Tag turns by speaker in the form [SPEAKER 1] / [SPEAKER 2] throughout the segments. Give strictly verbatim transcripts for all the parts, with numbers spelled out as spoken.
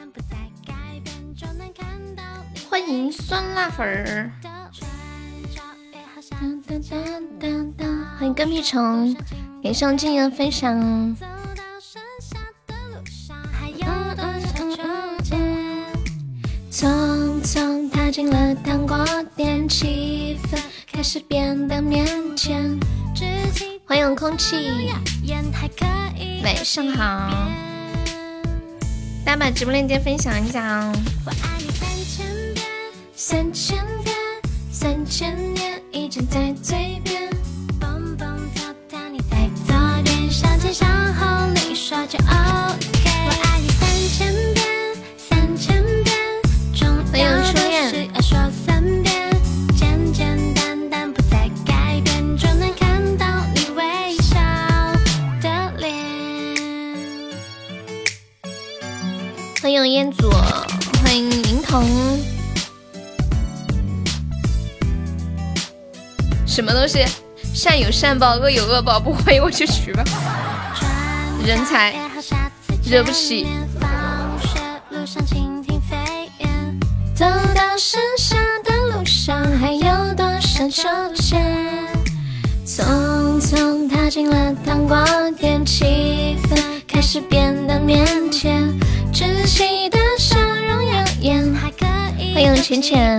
[SPEAKER 1] 欢迎酸辣粉儿，欢迎跟屁虫，给上静言分享。匆匆踏进了糖果店，气氛开始变得腼腆。欢迎空气，晚上好，大家把直播链接分享一下哦。我爱你三千遍，三千遍，三千年一直在嘴边，蹦蹦跳跳你在左边，向前向后你说就 OK。我爱你三千遍，三千遍，重要的事要说三遍，简简单单不再改变，就能看到你微笑的脸。欢迎烟祖，欢迎银童。什么东西？善有善报，恶有恶报，不欢迎我就去吧。人才惹不起。走到剩下的路上，还有多少纠结？匆匆踏进了糖果店，气氛开始变得腼腆，稚气的笑容耀眼。欢迎浅浅。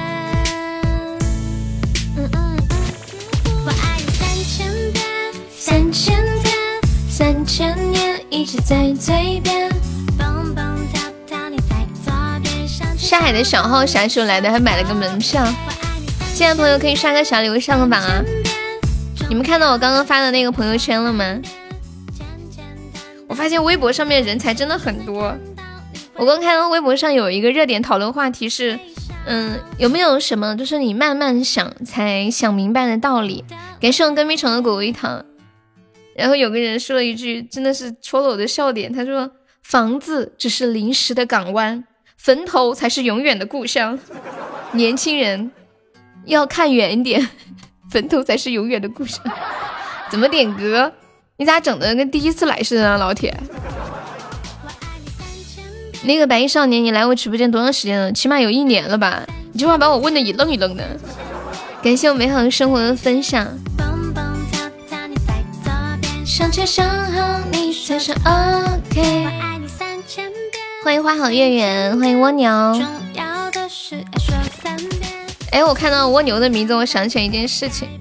[SPEAKER 1] 三千遍，三千年一直在嘴边，蹦蹦跳跳你在左边。上海的小号啥时候来的？还买了个门票。进来的朋友可以刷个小礼物上个榜啊！你们看到我刚刚发的那个朋友圈了吗？我发现微博上面人才真的很多。我刚看到微博上有一个热点讨论话题是，嗯，有没有什么就是你慢慢想才想明白的道理？感谢我跟屁虫的果味糖。然后有个人说了一句真的是戳了我的笑点，他说房子只是临时的港湾，坟头才是永远的故乡。年轻人要看远一点，坟头才是永远的故乡。怎么点歌？你咋整的跟第一次来似的呢，老铁？那个白衣少年，你来我直播间多长时间了？起码有一年了吧？你这话把我问的一愣一愣的。感谢我美好生活的分享。向前向后你才是 OK。 欢迎花好月圆，欢迎蜗牛。哎，我看到蜗牛的名字，我想起来一件事情。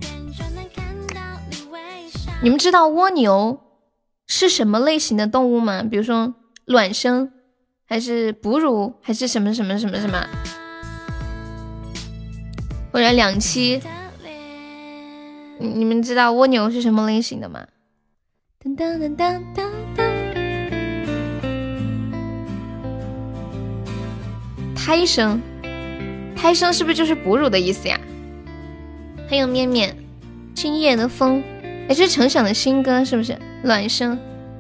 [SPEAKER 1] 你们知道蜗牛是什么类型的动物吗？比如说卵生还是哺乳还是什么什么什么什么，或者两栖？你们知道蜗牛是什么类型的吗？噔噔噔噔噔噔，胎生，胎生是不是就是哺乳的意思呀？还有面面，今夜的风，哎，这是程响的新歌是不是？卵生，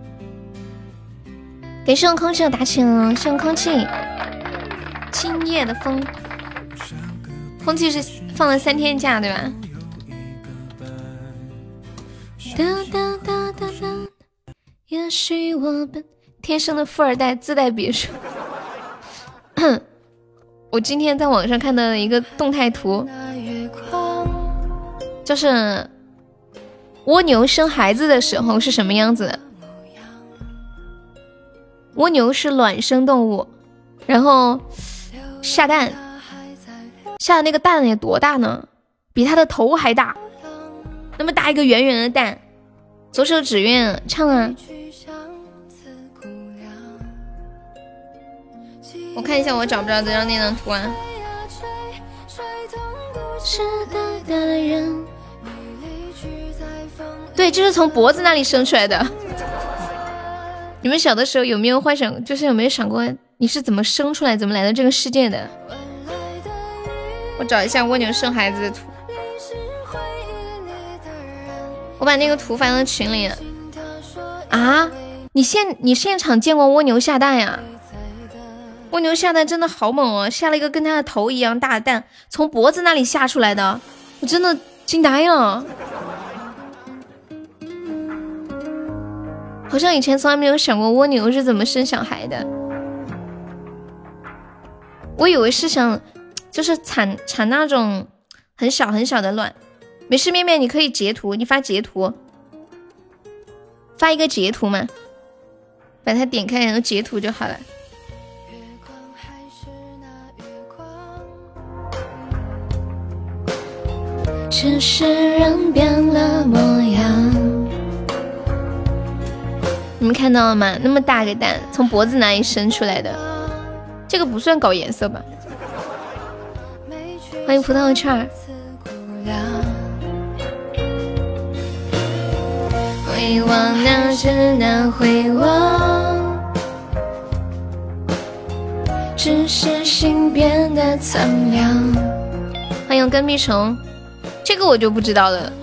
[SPEAKER 1] 给谢空气的打起了，谢空气。今夜的风，空气是放了三天假对吧？哒哒哒哒哒，也许我本天生的富二代，自带别墅。我今天在网上看到了一个动态图，就是蜗牛生孩子的时候是什么样子的。蜗牛是卵生动物，然后下蛋，下的那个蛋有多大呢？比它的头还大，那么大一个圆圆的蛋。左手指月唱啊，我看一下我找不着这张那张图啊。对，就是从脖子那里生出来的。你们小的时候有没有幻想，就是有没有想过你是怎么生出来，怎么来到这个世界的？我找一下蜗牛生孩子的图。我把那个图发到群里了。啊，你现你现场见过蜗牛下蛋呀？蜗牛下蛋真的好猛哦，下了一个跟它的头一样大的蛋，从脖子那里下出来的，我真的惊呆了。好像以前从来没有想过蜗牛是怎么生小孩的。 我以为是想就是产产那种很小很小的卵。没事，面面你可以截图，你发截图，发一个截图嘛，把它点开然后截图就好了。只是人变了模样，你们看到了吗？那么大个蛋从脖子那里伸出来的，这个不算搞颜色吧？欢迎葡萄串儿。回望那只难回望，只是心变得苍凉。欢迎跟屁虫，这个我就不知道了。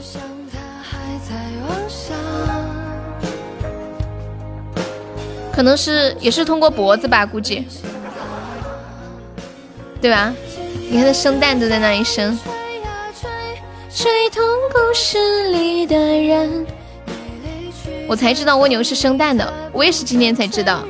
[SPEAKER 1] 可能是也是通过脖子吧，估计，对吧？你看那生蛋都在那里生。吹痛故事里的人，我才知道蜗牛是生蛋的，我也是今天才知道。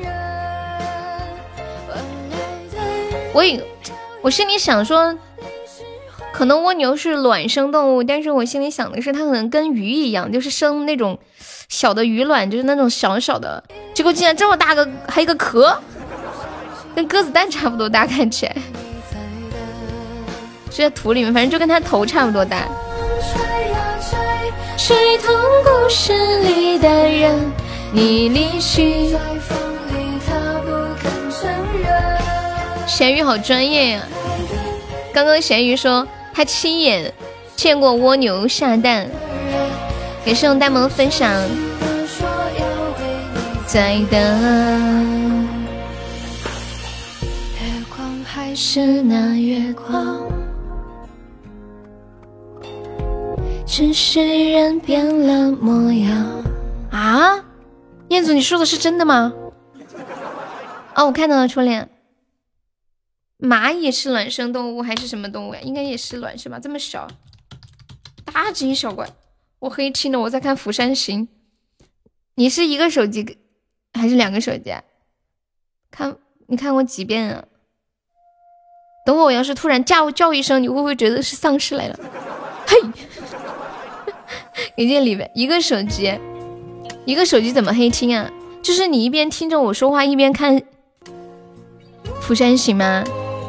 [SPEAKER 1] 我也我心里想说，可能蜗牛是卵生动物，但是我心里想的是，它可能跟鱼一样，就是生那种小的鱼卵，就是那种小小的。结果竟然这么大个，还有一个壳，跟鸽子蛋差不多大，看起来。就在土里面，反正就跟它头差不多大。吹痛故事里的人，你离去。咸鱼好专业呀、啊！刚刚咸鱼说他亲眼见过蜗牛下蛋，给圣呆萌分享。在等，月光还是那月光，只是人变了模样。啊，彦祖，你说的是真的吗？哦，我看到了，初恋。蚂蚁是卵生动物还是什么动物呀？应该也是卵是吧？这么小，大惊小怪。我黑青了，我在看《釜山行》。你是一个手机还是两个手机啊？看你看过几遍啊？等会我要是突然叫叫一声，你会不会觉得是丧尸来了？嘿，给这里边一个手机，一个手机怎么黑青啊？就是你一边听着我说话，一边看《釜山行》吗？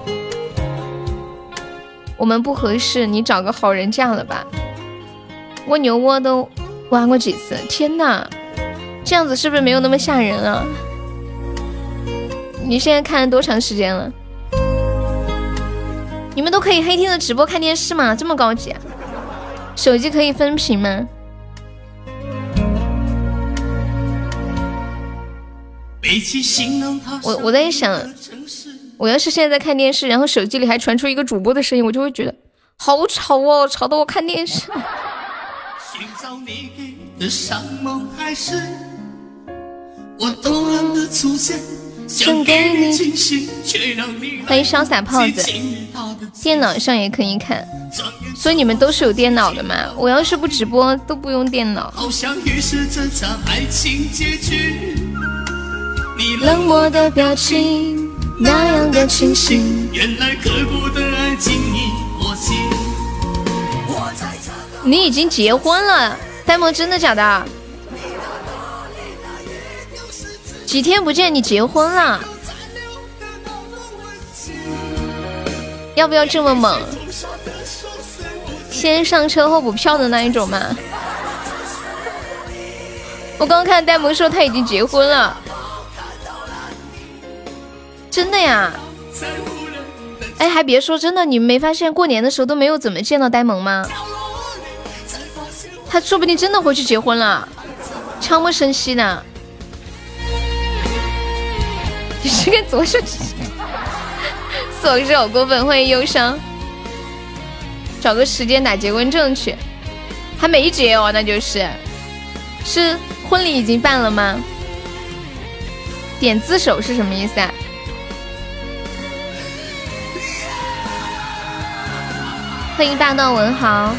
[SPEAKER 1] 我们不合适，你找个好人嫁了吧。蜗牛窝都挖过几次，天哪，这样子是不是没有那么吓人啊？你现在看了多长时间了？你们都可以黑天的直播看电视吗？这么高级啊？手机可以分屏吗？我我在想，我要是现在在看电视，然后手机里还传出一个主播的声音，我就会觉得好吵哦，吵得我看电视。想给你惊喜，却让你欢迎潇洒泡子。电脑上也可以看，所以你们都是有电脑的嘛？我要是不直播都不用电脑。好像预示着这场爱情结局，你冷漠的表情那样的清醒，原来刻骨的爱情已过期。你已经结婚了，呆萌，真的假的？几天不见你结婚了，要不要这么猛？先上车后补票的那一种吗？我刚刚看呆萌说他已经结婚了，真的呀？哎，还别说，真的，你们没发现过年的时候都没有怎么见到呆萌吗？他说不定真的回去结婚了，悄无声息的。你是个左手指，左手好过分，欢迎忧伤。找个时间打结婚证去，还没结哦，那就是是婚礼已经办了吗？点字手是什么意思啊？欢迎大道文豪。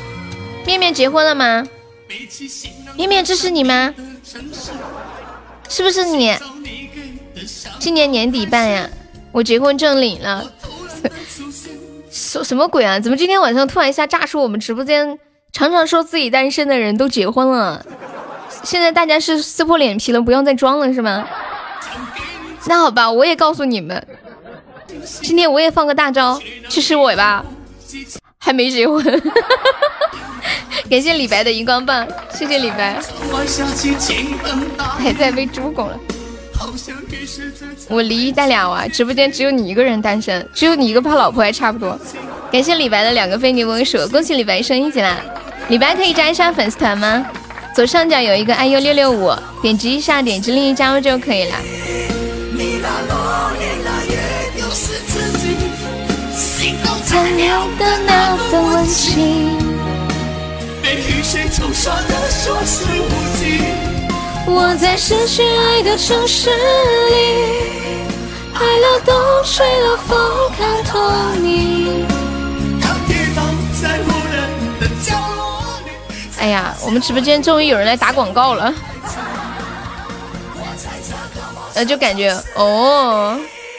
[SPEAKER 1] 面面结婚了吗？面面，这是你吗？ 是不是你？今年年底办呀，我结婚证领了。什什么鬼啊？怎么今天晚上突然一下炸出我们直播间常常说自己单身的人都结婚了？现在大家是撕破脸皮了，不用再装了是吗？那好吧，我也告诉你们，今天我也放个大招，去吃尾巴，还没结婚。感谢李白的荧光棒，谢谢李白。还在被猪拱了。我离异带俩娃，直播间只有你一个人单身，只有你一个怕老婆还差不多。感谢李白的两个非你莫属，恭喜李白升一级啦！李白可以加一下粉丝团吗？左上角有一个 I U 六六五，点击一下，点击另一加入就可以了。残留的那份温情，被雨水冲刷的说是无尽。我在失去爱的城市里，海浪都吹了风看透你。哎呀，我们直播间终于有人来打广告了，呃，就感觉哦。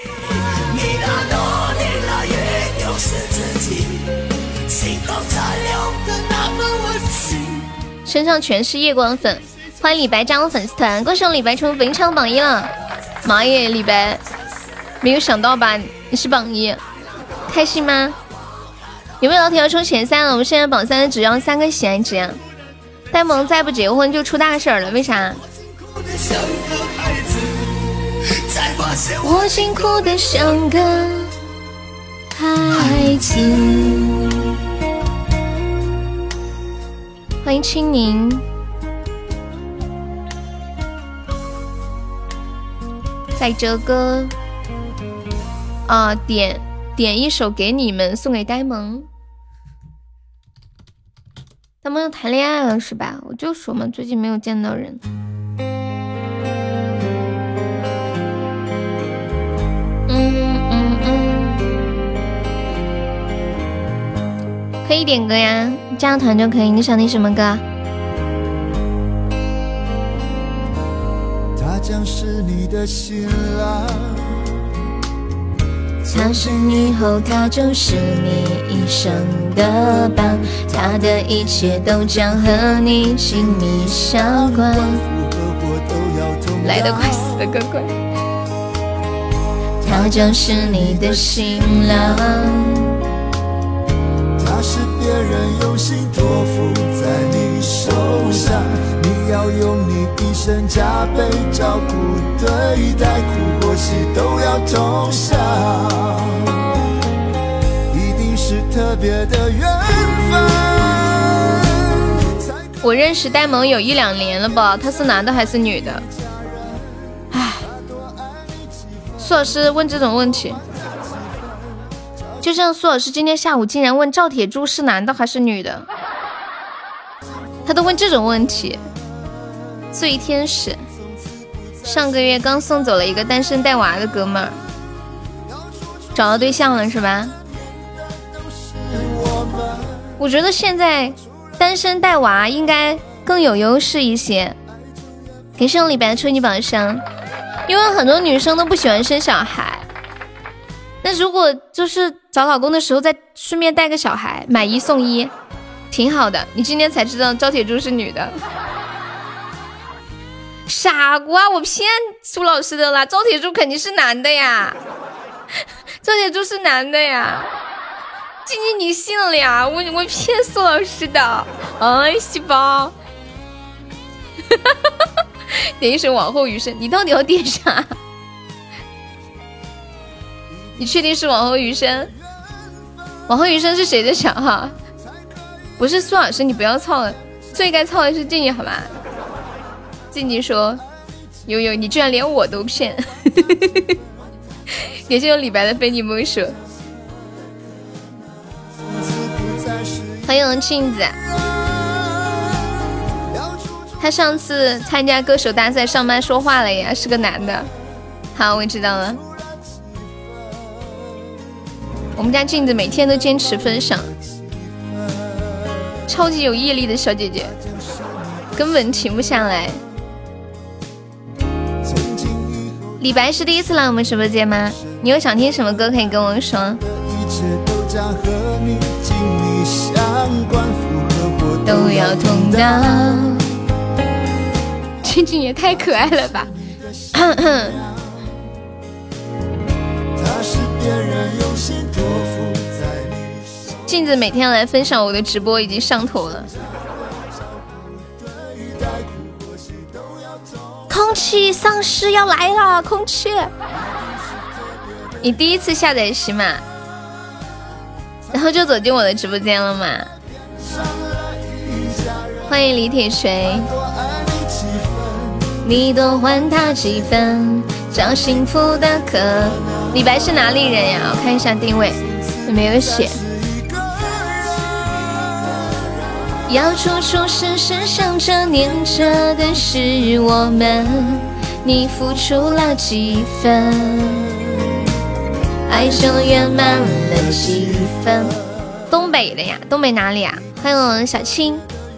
[SPEAKER 1] 身上全是夜光粉，欢迎李白加入粉丝团，恭喜我李白成为本场榜一了！妈耶，李白，没有想到吧？你是榜一，开心吗？有没有老铁要冲前三了？我们现在榜三只要三个喜爱值呀！呆萌再不结婚就出大事了，为啥？我辛苦的像个孩子。欢迎青柠，在这个啊点点一首给你们，送给呆萌。他们又谈恋爱了是吧？我就说嘛，最近没有见到人。嗯嗯嗯，可以点歌呀，加团就可以。你想听什么歌？他将是你的新郎，从今以后他就是你一生的伴，他的一切都将和你紧密相关。来得快死得更快。他将是你的新郎，他是别人用心托付在你手上，你要用你一生加倍照顾对待，苦或喜都要同享，一定是特别的缘分。我认识呆萌有一两年了吧，他是男的还是女的？唉，苏老师问这种问题，就像苏老师今天下午竟然问赵铁柱是男的还是女的，他都问这种问题。醉天使上个月刚送走了一个单身带娃的哥们儿，找到对象了是吧？我觉得现在单身带娃应该更有优势一些。给胜李白的吹你榜上，因为很多女生都不喜欢生小孩，那如果就是找老公的时候再顺便带个小孩，买一送一，挺好的。你今天才知道赵铁柱是女的，傻瓜，我骗苏老师的啦，赵铁柱肯定是男的呀，赵铁柱是男的呀，静静你信了呀？我我骗苏老师的，哎，细胞，点一首往后余生，你到底要点啥？你确定是往后余生？往后余生是谁的小号？不是苏老师，你不要操了，最该操的是静静好吗？静静说悠悠你居然连我都骗。也是有李白的非你莫属。欢迎庆子，他上次参加歌手大赛上麦说话了呀，是个男的。好，我知道了。我们家镜子每天都坚持分享，超级有毅力的小姐姐，根本停不下来。 李白是第一次来我们直播间吗？你有想听什么歌可以跟我说。都要痛到。静静也太可爱了吧。镜子每天来分享我的直播已经上头了。空气丧尸要来了，空气！你第一次下载喜马，然后就走进我的直播间了吗？欢迎李铁锤，你多还他几分，找幸福的可。李白是哪里人呀？我看一下定位，没有写。要处处时时想着念着的是我们，你付出了几分，爱就圆满了几分。东北的呀，东北哪里呀？欢迎小青。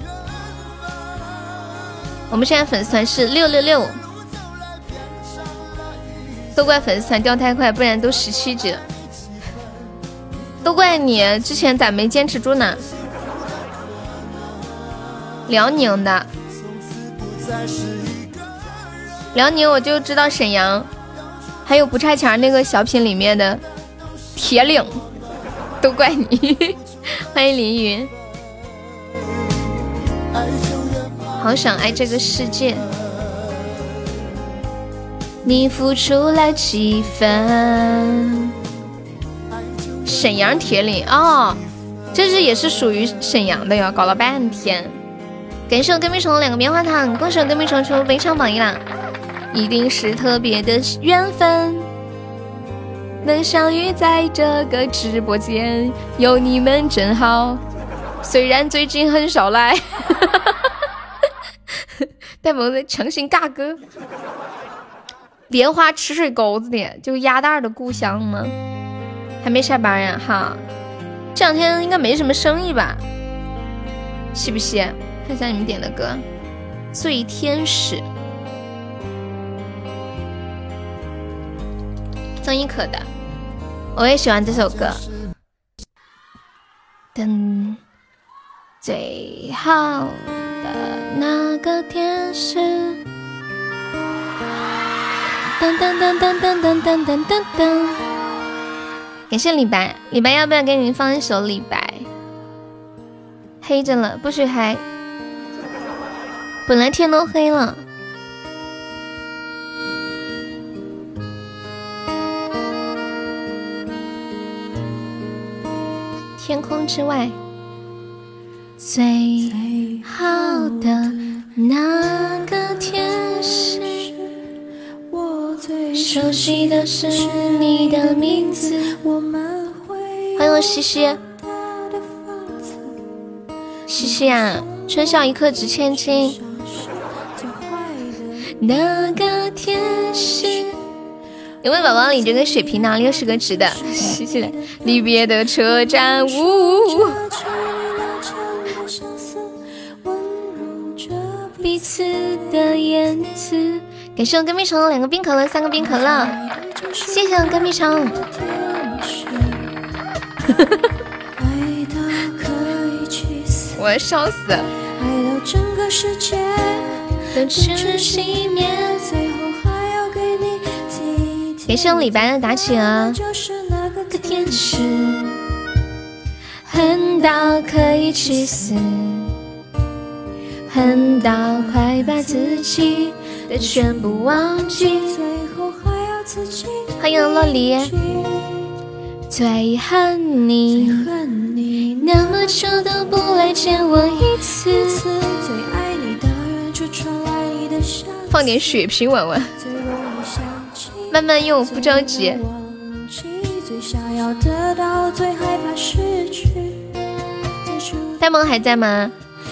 [SPEAKER 1] 我们现在粉丝团是六六六，都怪粉丝团掉太快，不然都十七级了。都怪你之前咋没坚持住呢？辽宁的，辽宁我就知道沈阳，还有不差钱那个小品里面的铁岭，都怪你。欢迎凌云，好想爱这个世界，你付出了几分。沈阳铁岭哦，这是也是属于沈阳的呀，搞了半天。感谢我跟屁虫两个棉花糖，恭喜我跟屁虫出非常榜一啦！一定是特别的缘分，能相遇在这个直播间，有你们真好。虽然最近很少来，但我在强行尬歌。莲花池水沟子的，就鸭蛋的故乡吗？还没下班呀？哈，这两天应该没什么生意吧？是不是？看一下你们点的歌，《醉天使》，曾轶可的，我也喜欢这首歌。等最好的那个天使，噔噔噔噔噔噔噔噔噔噔。感谢李白，李白要不要给你们放一首李白？黑着了，不许嗨。本来天都黑了。天空之外，最好的那个天使，我最熟悉的是你的名字。欢迎我西西，西西啊，春宵一刻值千金。那个天使，有没有宝宝你这个水瓶哪里有是个直的？西西来，离别的车站，呜呜呜，彼此的言辞。感谢我跟屁虫两个冰可乐，三个冰可乐，谢谢我跟屁虫。我要笑死了。感谢我李白的打起了。恨到可以去死，恨到快把自己的全部忘记。欢迎洛梨，最恨你那么久都不来见我一次，放点血瓶玩玩，慢慢用，不着急。呆萌还在吗？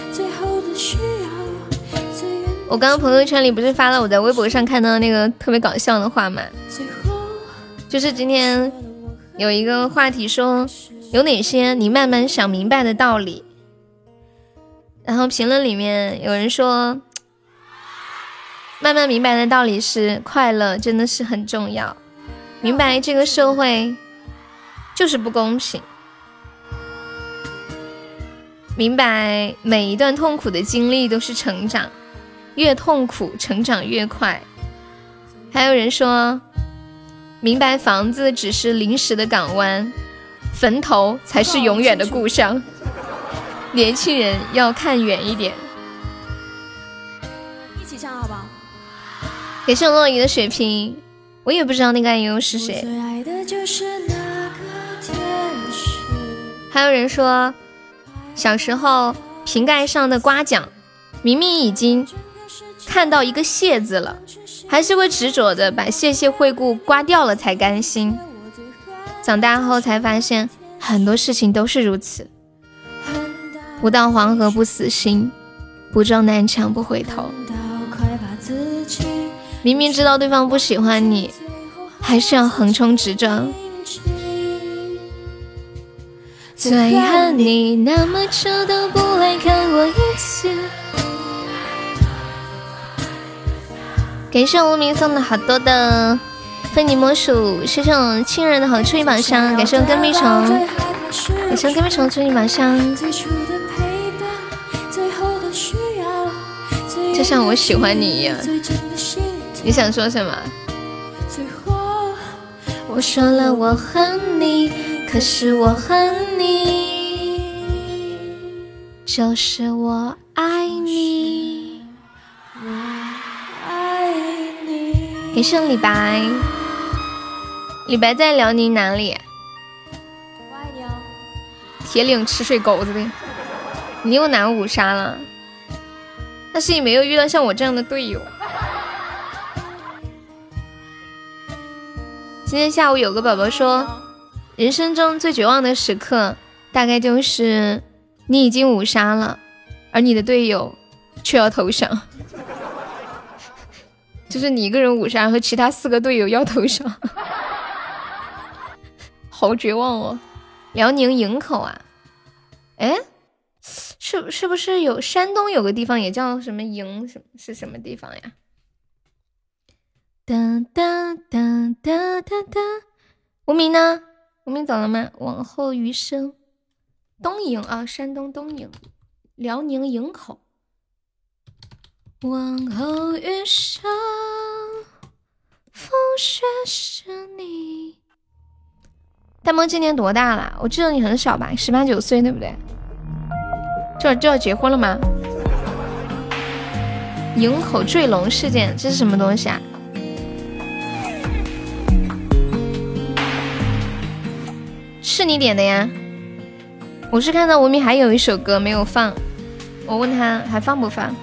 [SPEAKER 1] 我刚刚朋友圈里不是发了我在微博上看到那个特别搞笑的话吗？就是今天有一个话题说有哪些你慢慢想明白的道理，然后评论里面有人说慢慢明白的道理是，快乐真的是很重要。明白这个社会就是不公平，明白每一段痛苦的经历都是成长，越痛苦成长越快。还有人说，明白房子只是临时的港湾，坟头才是永远的故乡。年轻人要看远一点。
[SPEAKER 2] 一起唱好不好？
[SPEAKER 1] 给盛洛仪的水瓶，我也不知道那个爱优是谁。还有人说，小时候瓶盖上的刮奖，明明已经看到一个谢字了，还是会执着的把谢谢惠顾刮掉了才甘心。长大后才发现，很多事情都是如此。不到黄河不死心，不撞南墙不回头。明明知道对方不喜欢你，还是要横冲直撞。最恨你那么久都不来看我一次。感谢无名送的好多的非你莫属，谢谢我亲人的好出一把香，感谢我跟屁虫，感谢我跟屁虫出一把香。就像我喜欢你一样。你想说什么？我说了我恨你，可是我恨你，就是我爱你，我爱你。给圣李白，李白在辽宁哪里？
[SPEAKER 2] 我爱你哦。
[SPEAKER 1] 铁岭吃水狗子的，你又拿五杀了？但是你没有遇到像我这样的队友。今天下午有个宝宝说，人生中最绝望的时刻大概就是你已经五杀了，而你的队友却要投降。就是你一个人五杀和其他四个队友要投降。好绝望哦。辽宁营口啊，哎，是是不是有山东有个地方也叫什么营，什么是什么地方呀？哒哒哒哒哒哒，无名呢？无名走了吗？往后余生，东营啊，山东东营，辽宁营口。往后余生，风雪是你。大梦今年多大了？我记得你很小吧，十八九岁对不对？这就要结婚了吗？营口坠龙事件，这是什么东西啊？是你点的呀？我是看到无名还有一首歌没有放，我问他还放不放？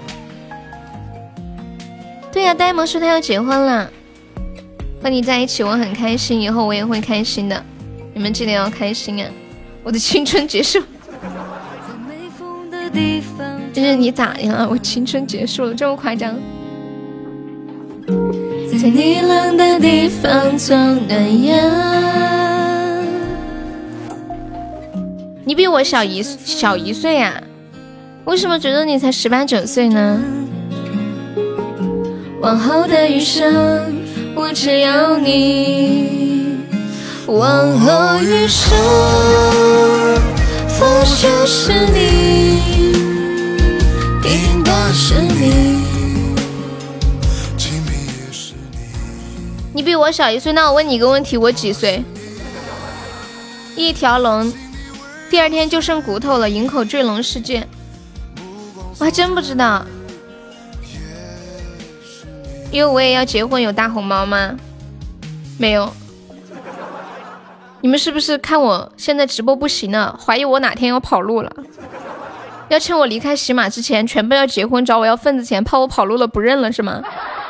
[SPEAKER 1] 对呀、啊，呆萌说他要结婚了，和你在一起我很开心，以后我也会开心的，你们记得要开心啊！我的青春结束。就是你咋样啊？我青春结束了，这么夸张？在你冷的地方做暖阳。你比我小一小一岁呀、啊？为什么觉得你才十八九岁呢？往后的余生，我只要你。往后余生，风就是你。是你，你比我小一岁，那我问你一个问题，我几岁？一条龙，第二天就剩骨头了，营口坠龙事件，我还真不知道。因为我也要结婚，有大红包吗？没有。你们是不是看我现在直播不行了，怀疑我哪天要跑路了？要趁我离开喜马之前，全部要结婚找我要份子钱，怕我跑路了不认了是吗？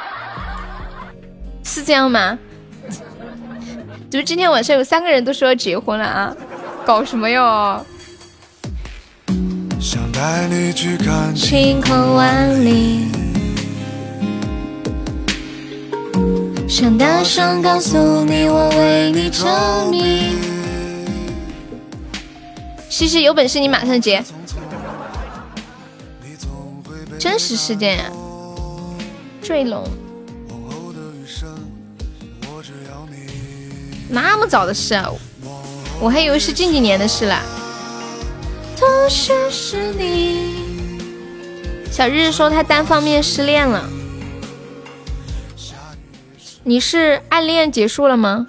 [SPEAKER 1] 是这样吗？怎么今天晚上有三个人都说要结婚了啊？搞什么哟？想带你去看晴空万里，想大声告诉你我为你着迷。西西有本事你马上结。真实事件啊，坠龙那么早的事啊，我还以为是近几年的事啦。都是是你。小日日说他单方面失恋了，你是暗恋结束了吗？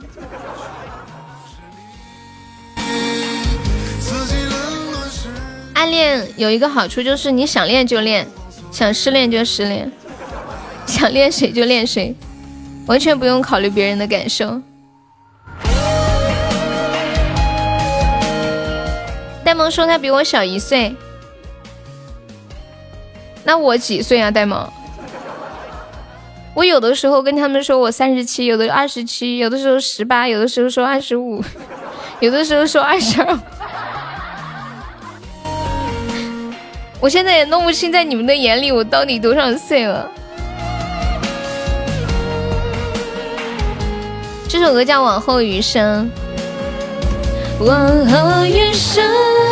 [SPEAKER 1] 暗恋有一个好处就是你想恋就恋，想失恋就失恋，想恋谁就恋谁，完全不用考虑别人的感受。呆萌说他比我小一岁，那我几岁啊？呆萌，我有的时候跟他们说我三十七，有的二十七，有的时候十八，有的时候说二十五，有的时候说二十二。我现在也弄不清在你们的眼里我到底多少岁了。这首歌叫《往后余生》。往后余生，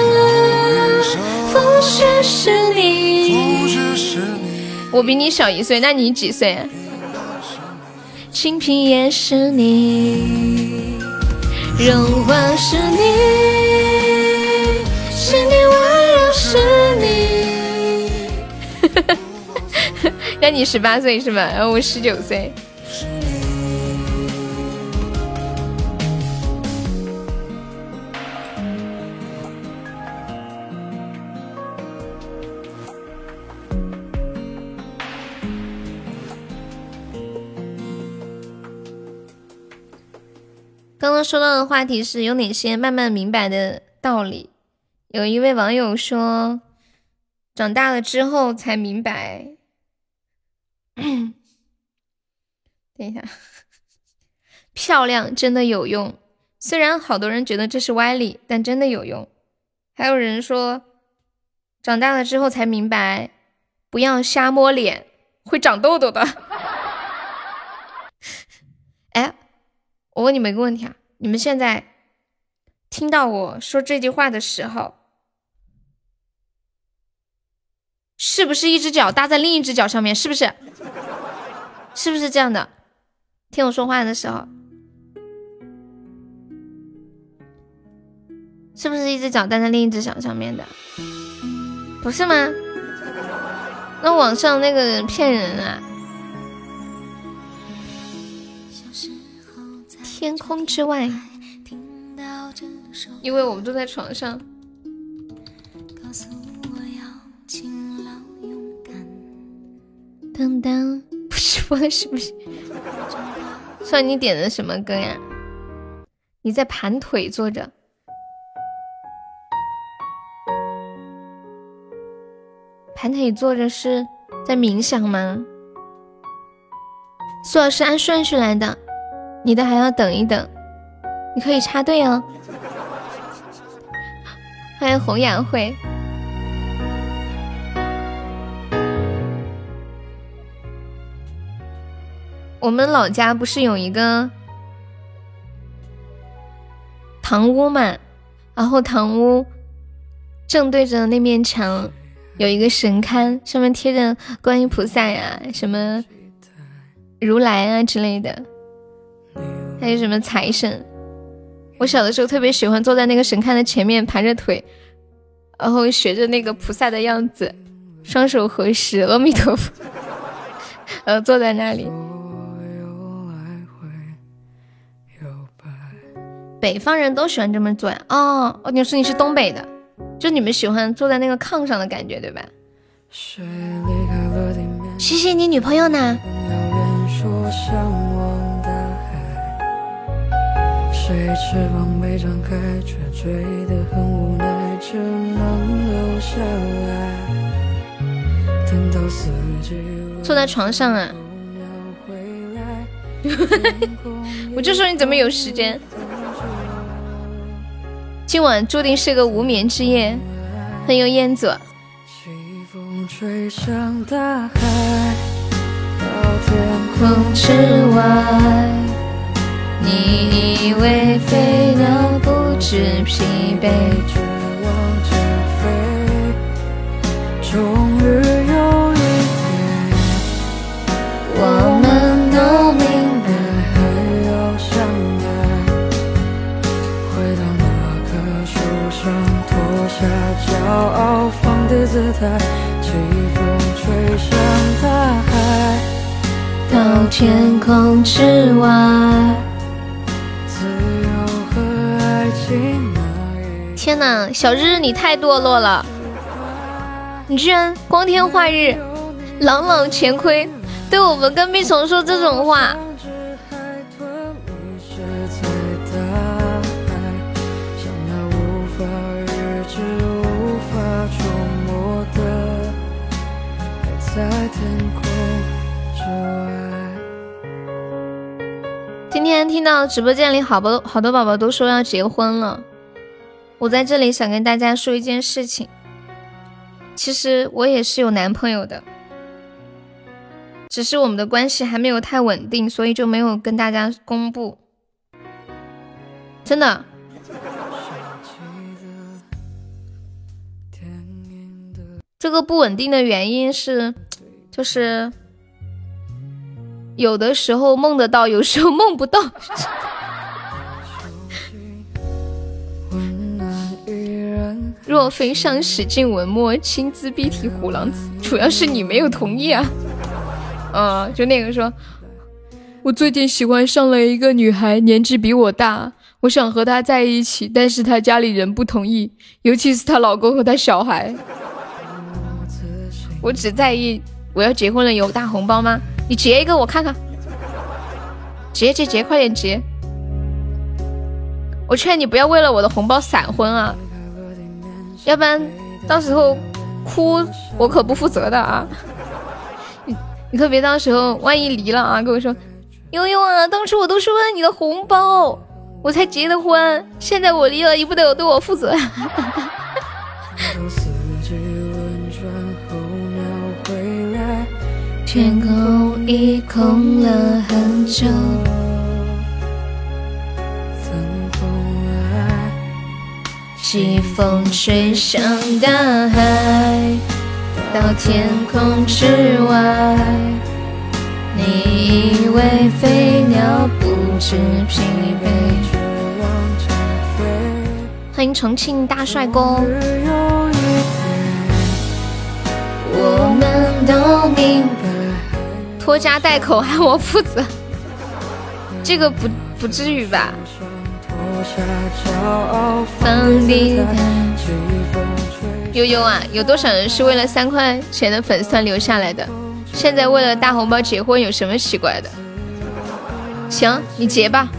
[SPEAKER 1] 风雪是你。我比你小一岁，那你几岁？清贫也是你，荣华是你，是你温柔是你。让你十八岁是吧？然后我十九岁。刚刚说到的话题是有哪些慢慢明白的道理。有一位网友说长大了之后才明白等一下，漂亮真的有用，虽然好多人觉得这是歪理，但真的有用。还有人说长大了之后才明白不要瞎摸脸，会长痘痘的。哎，我问你们一个问题啊，你们现在听到我说这句话的时候，是不是一只脚搭在另一只脚上面？是不是？是不是这样的？听我说话的时候，是不是一只脚搭在另一只脚上面的？不是吗？那网上那个人骗人啊！天空之外，因为我们都在床上。当当，不是播的是不是？算你点的什么歌呀？你在盘腿坐着。盘腿坐着是在冥想吗？苏老师按顺序来的，你的还要等一等，你可以插队哦。欢迎红雅慧。我们老家不是有一个堂屋嘛，然后堂屋正对着那面墙有一个神龛，上面贴着观音菩萨呀、什么如来啊之类的，还有什么财神。我小的时候特别喜欢坐在那个神龛的前面，盘着腿，然后学着那个菩萨的样子，双手合十，阿弥陀佛，然后坐在那里。北方人都喜欢这么做呀？哦哦，你说你是东北的，就你们喜欢坐在那个炕上的感觉，对吧？谢谢你女朋友呢？谁翅膀被张开，却追得很无奈，只能留下来。等到四季，坐在床上啊。我就说你怎么有时间？今晚注定是个无眠之夜，很有烟嘴。吹向大海，到天空之外，你以为飞鸟不知疲惫，绝望着飞，终于有一天，我们都明白。
[SPEAKER 3] 姿态，季风吹向大海，
[SPEAKER 1] 到天空之外。
[SPEAKER 3] 自由和爱情那一
[SPEAKER 1] 天哪，小日你太堕落了，你居然光天化日朗朗乾坤对我们跟屁虫说这种话。今天听到直播间里好多好多宝宝都说要结婚了，我在这里想跟大家说一件事情，其实我也是有男朋友的，只是我们的关系还没有太稳定，所以就没有跟大家公布。真的。这个不稳定的原因是，就是有的时候梦得到，有时候梦不到。若非上使尽文墨，亲自必提虎狼子。主要是你没有同意啊。嗯，就那个说，我最近喜欢上了一个女孩，年纪比我大，我想和她在一起，但是她家里人不同意，尤其是她老公和她小孩。我只在意我要结婚了有大红包吗？你结一个我看看，结结结，快点结！我劝你不要为了我的红包闪婚啊，要不然到时候哭我可不负责的啊！你你可别到时候万一离了啊，跟我说悠悠啊，当初我都是为了你的红包我才结的婚，现在我离了，你不得有对我负责。天空已空了很久，季风吹向大海，到天空之外。你以为飞鸟不知疲惫。欢迎重庆大帅哥。我们都明白，拖家带口还我负责，这个不不至于吧？放地毯，悠悠啊，有多少人是为了三块钱的粉丝团留下来的？现在为了大红包结婚，有什么奇怪的？行，你结吧，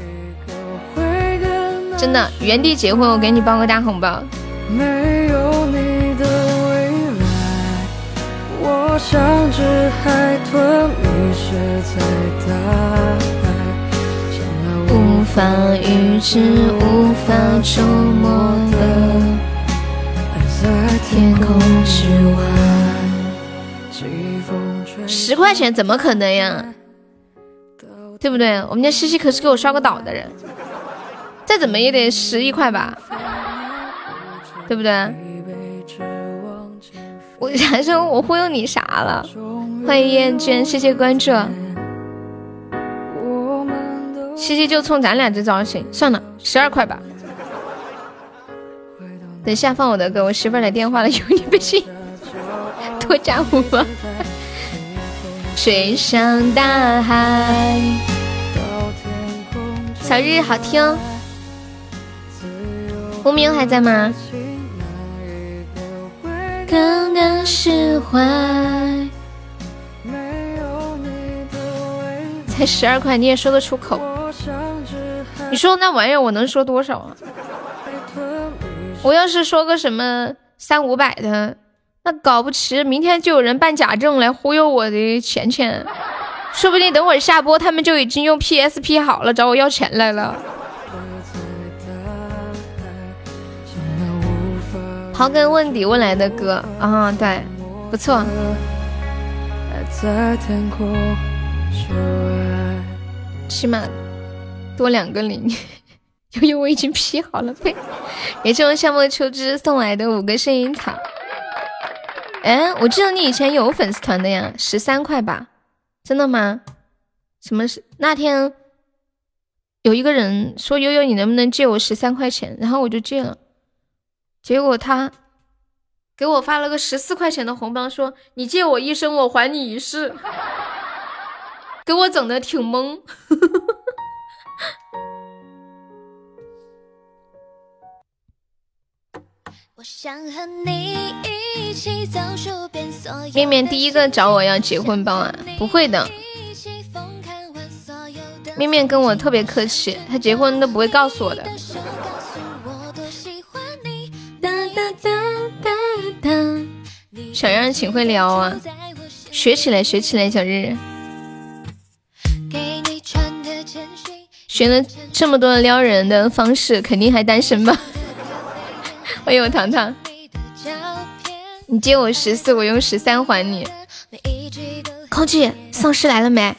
[SPEAKER 1] 真的原地结婚，我给你包个大红包。没有你的未来，我像只海豚迷失在大海，无法预知无法触摸的爱在天空之外。十块钱怎么可能呀，对不对？我们家西西可是给我刷过岛的人，再怎么也得十一块吧，对不对？我还说我忽悠你啥了？欢迎厌倦，谢谢关注。西西就冲咱俩这造型，算了，十二块吧。等下放我的歌，我媳妇儿来电话了，有你不信？多加五吧。水上大海，小日好听。无名还在吗？更难释怀，才十二块你也说得出口？你说那玩意儿我能说多少啊？我要是说个什么三五百的，那搞不齐明天就有人办假证来忽悠我的钱钱，说不定等会儿下播他们就已经用 P S P 好了找我要钱来了。刨根问底问来的歌啊，对，不错。起码多两个零，由于我已经 P 好了呗。也是用夏末秋枝送来的五个声音草。哎，我记得你以前有粉丝团的呀，十三块吧？真的吗？什么是那天有一个人说悠悠你能不能借我十三块钱，然后我就借了，结果他给我发了个十四块钱的红包，说你借我一生，我还你一世，给我整的挺懵。面面第一个找我要结婚包啊？不会的，面面跟我特别客气，他结婚都不会告诉我的。小样请会聊啊，学起来学起来，小日日。学了这么多撩人的方式，肯定还单身吧？欢迎我糖糖，你借我十四，我用十三还你。空气，丧尸来了没？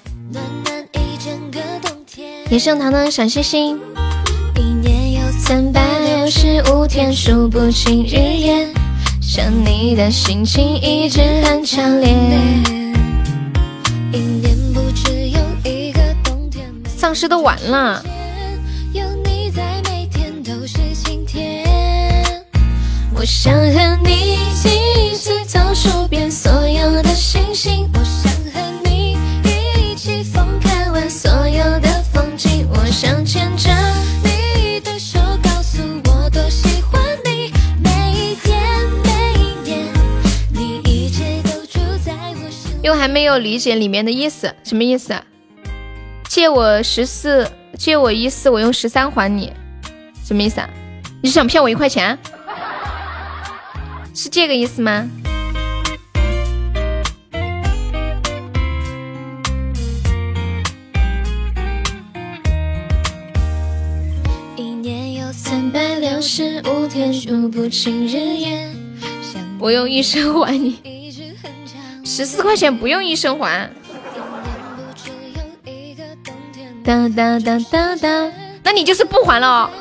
[SPEAKER 1] 也剩糖糖小星星。一年有三百六十五天，数不清日夜，想你的心情一直很强烈。一年不只有一个冬天。丧尸都完了。有你在，每天都是晴天。我想和你一起走数遍所有的星星，我想和你一起疯看完所有的风景，我想牵着你的手告诉我多喜欢你，每一天每一年你一直都住在我心里。又还没有理解里面的意思，什么意思？借我十四，借我一四，我用十三还你，什么意思啊？你是想骗我一块钱？是这个意思吗？一年有三百六十五天，数不清日夜，我用一生还你。十四块钱不用一生还。哒哒哒哒哒，那你就是不还了哦。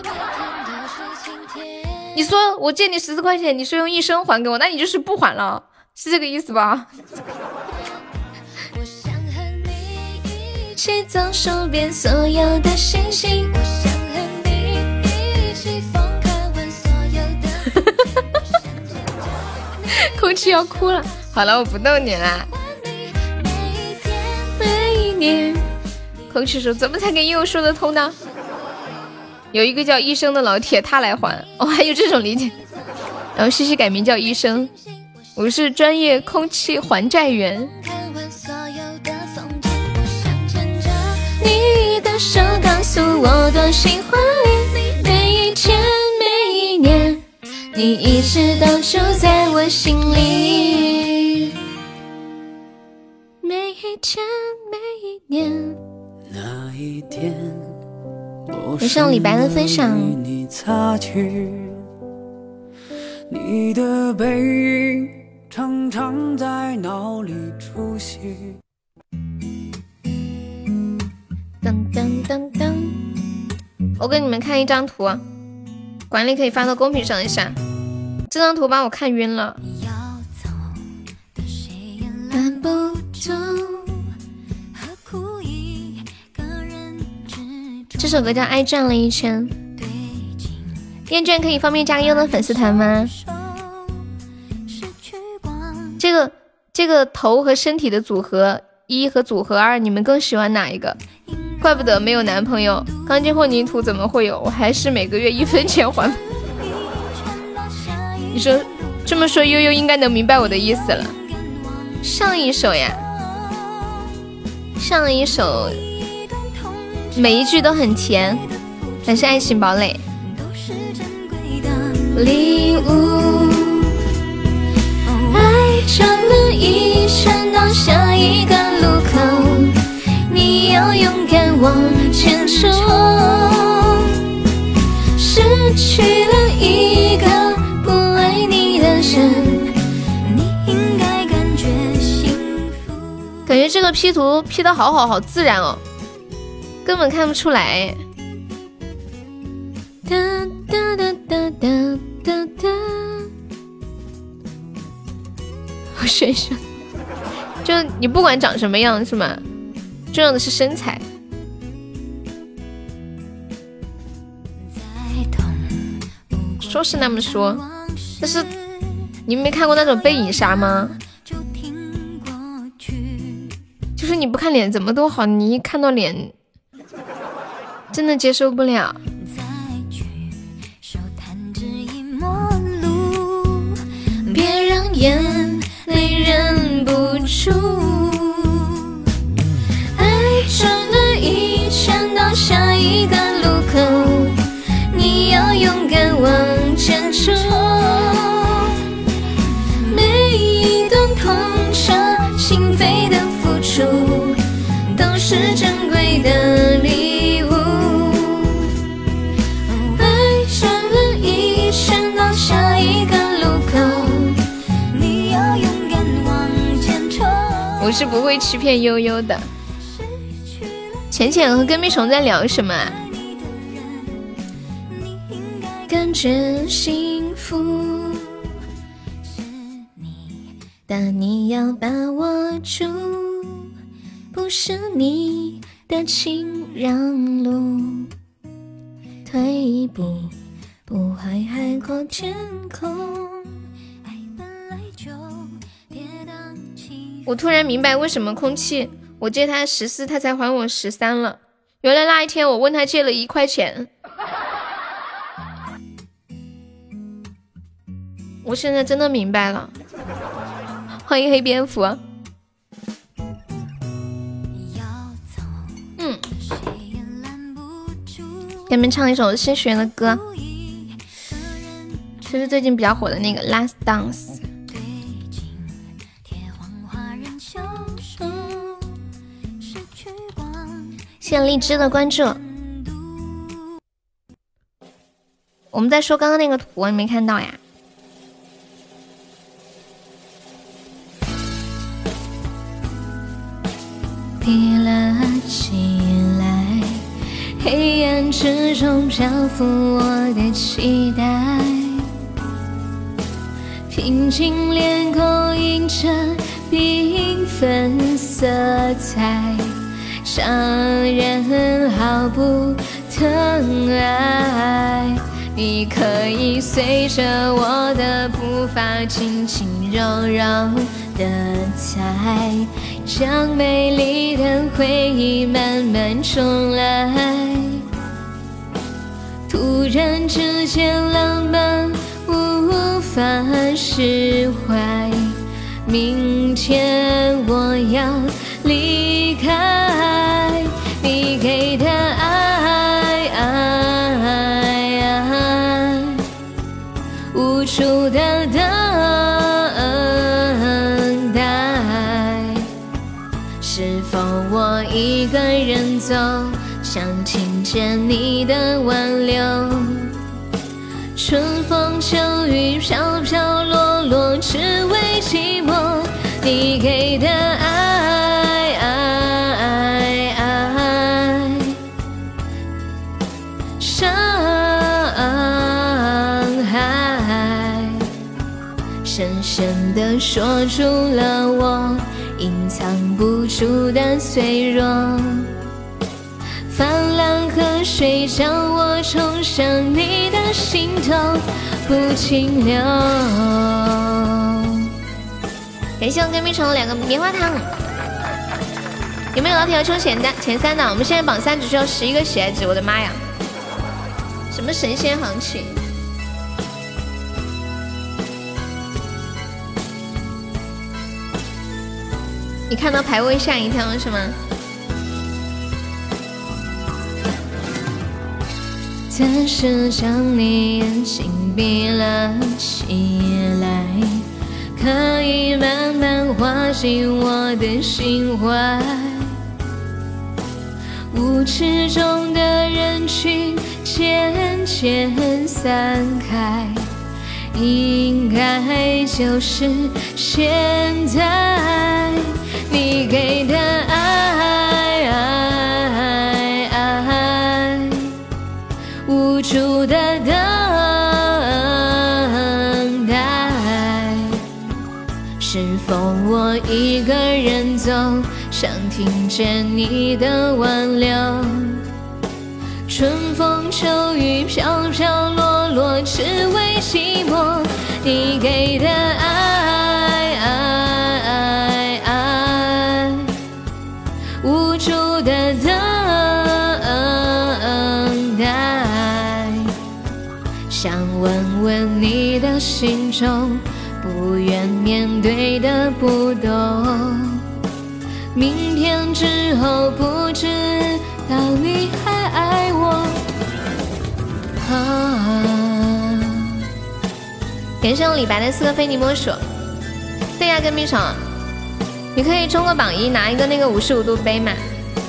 [SPEAKER 1] 你说我借你十四块钱，你说用一生还给我，那你就是不还了，是这个意思吧？我想和你一起走数遍所有的星星，我想和你一起疯看完所有的空气要哭了。好了，我不逗你啦。每一年，空气说怎么才跟悠悠说得通呢？有一个叫医生的老铁，他来还哦，还有这种理解。然后西西改名叫医生，我是专业空气还债员。你的手告诉我多喜欢你，每一天每一年，你一直都住在我心里，每一天每一年。那一天。没上李白的分享。你的背影常常在脑里出现。噔噔噔噔，我给你们看一张图，管理可以发到公屏上一下。这张图把我看晕了。拦不住。这首歌叫《爱转了一圈》。厌倦可以方便加优的粉丝团吗？这个这个头和身体的组合一和组合二，你们更喜欢哪一个？怪不得没有男朋友，刚进混凝土怎么会有？我还是每个月一分钱还。你说这么说，悠悠应该能明白我的意思了。上一首呀，上一首。每一句都很甜，感谢爱情堡垒礼物，爱转了一圈到下一个路口，你要勇敢往前冲，失去了一个不爱你的人，你应该感觉幸福。感觉这个 P 图 P 得好好好自然哦，根本看不出来。哒哒哒哒哒哒哒，我选选，就你不管长什么样是吗？重要的是身材。说是那么说，但是你们没看过那种背影杀吗？就是你不看脸怎么都好，你一看到脸真的接受不了。别让眼泪忍不住，爱转了一圈到下一个路口，你要勇敢往前冲。每一段痛彻心扉的付出，都是珍贵的礼物。爱转了一圈到下一个路口，你要勇敢往前冲。我是不会欺骗悠悠的。浅浅和跟屁虫在聊什么啊？感觉幸福，但你要把握住，不是你的请让路，退一步不会海阔天空。我突然明白为什么空气我借他十四，他才还我十三了。原来那一天我问他借了一块钱。我现在真的明白了。欢迎黑蝙蝠。嗯，给你们唱一首新学的歌，就是最近比较火的那个 Last Dance。谢谢荔枝的关注。我们在说刚刚那个图，你没看到呀？闭了起来，黑暗之中漂浮我的期待，平静脸孔映着缤纷色彩，让人毫不疼爱。你可以随着我的步伐轻轻柔柔的踩，将美丽的回忆慢慢重来。突然之间浪漫无法释怀，明天我要离开你给的爱，爱爱无助的等待。是否我一个人走，想听见你的挽留？春风秋雨飘飘落落，只为寂寞你给的爱，爱爱伤害，深深地锁住了我隐藏不住的脆弱。泛滥河水将我冲向你的心头，不停留。感谢我跟蜜虫两个棉花糖。有没有老铁要冲前单前三的？我们现在榜三只需要十一个喜爱值，我的妈呀！什么神仙行情？你看到排位吓一跳是吗？暂时将你眼睛闭了起来，可以慢慢滑进我的心怀。无知中的人群渐渐散开，应该就是现在。你给的爱，爱爱无助的等待。是否我一个人走，想听见你的挽留？春风秋雨飘飘落落，只为寂寞你给的爱爱爱爱，无助的等待，想问问你的心中，不愿面对的不懂，明天之后不知道你还爱我。啊，感谢我李白的四个非你莫属。对呀、啊，跟蜜虫，你可以冲个榜一，拿一个那个五十五度杯嘛。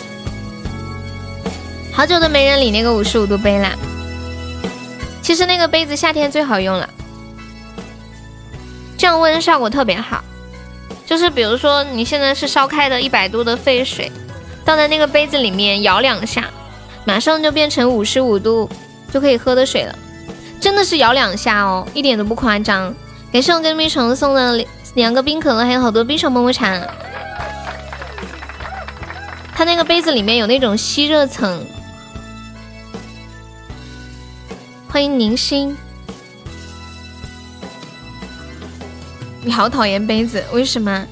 [SPEAKER 1] 好久都没人理那个五十五度杯啦。其实那个杯子夏天最好用了，降温效果特别好。就是比如说你现在是烧开的一百度的沸水，倒在那个杯子里面摇两下，马上就变成五十五度就可以喝的水了。真的是摇两下哦，一点都不夸张。感谢我跟蜜虫送的两个冰可乐，还有好多冰手么么茶。它那个杯子里面有那种吸热层。欢迎宁心。你好讨厌杯子，为什么？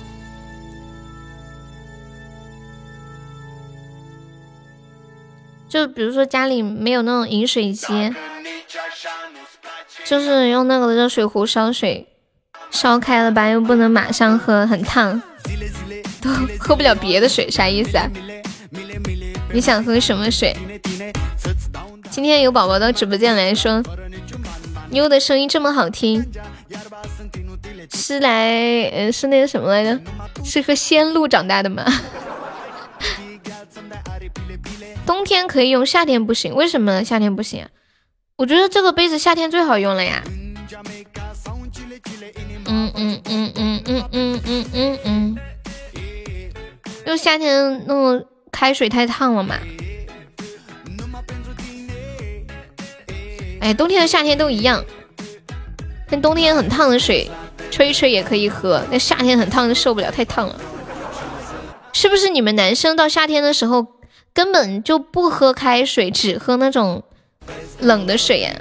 [SPEAKER 1] 就比如说家里没有那种饮水机，就是用那个热水壶烧水，烧开了吧又不能马上喝，很烫，都喝不了别的水，啥意思啊？你想喝什么水？今天有宝宝到直播间来说，妞的声音这么好听，是来呃是那个什么来着？是喝鲜露长大的吗？冬天可以用，夏天不行，为什么夏天不行啊？我觉得这个杯子夏天最好用了呀。嗯嗯嗯嗯嗯嗯嗯嗯嗯，因为夏天那个开水太烫了嘛。哎，冬天和夏天都一样，但冬天很烫的水吹一吹也可以喝，但夏天很烫的受不了，太烫了。是不是你们男生到夏天的时候根本就不喝开水，只喝那种冷的水呀？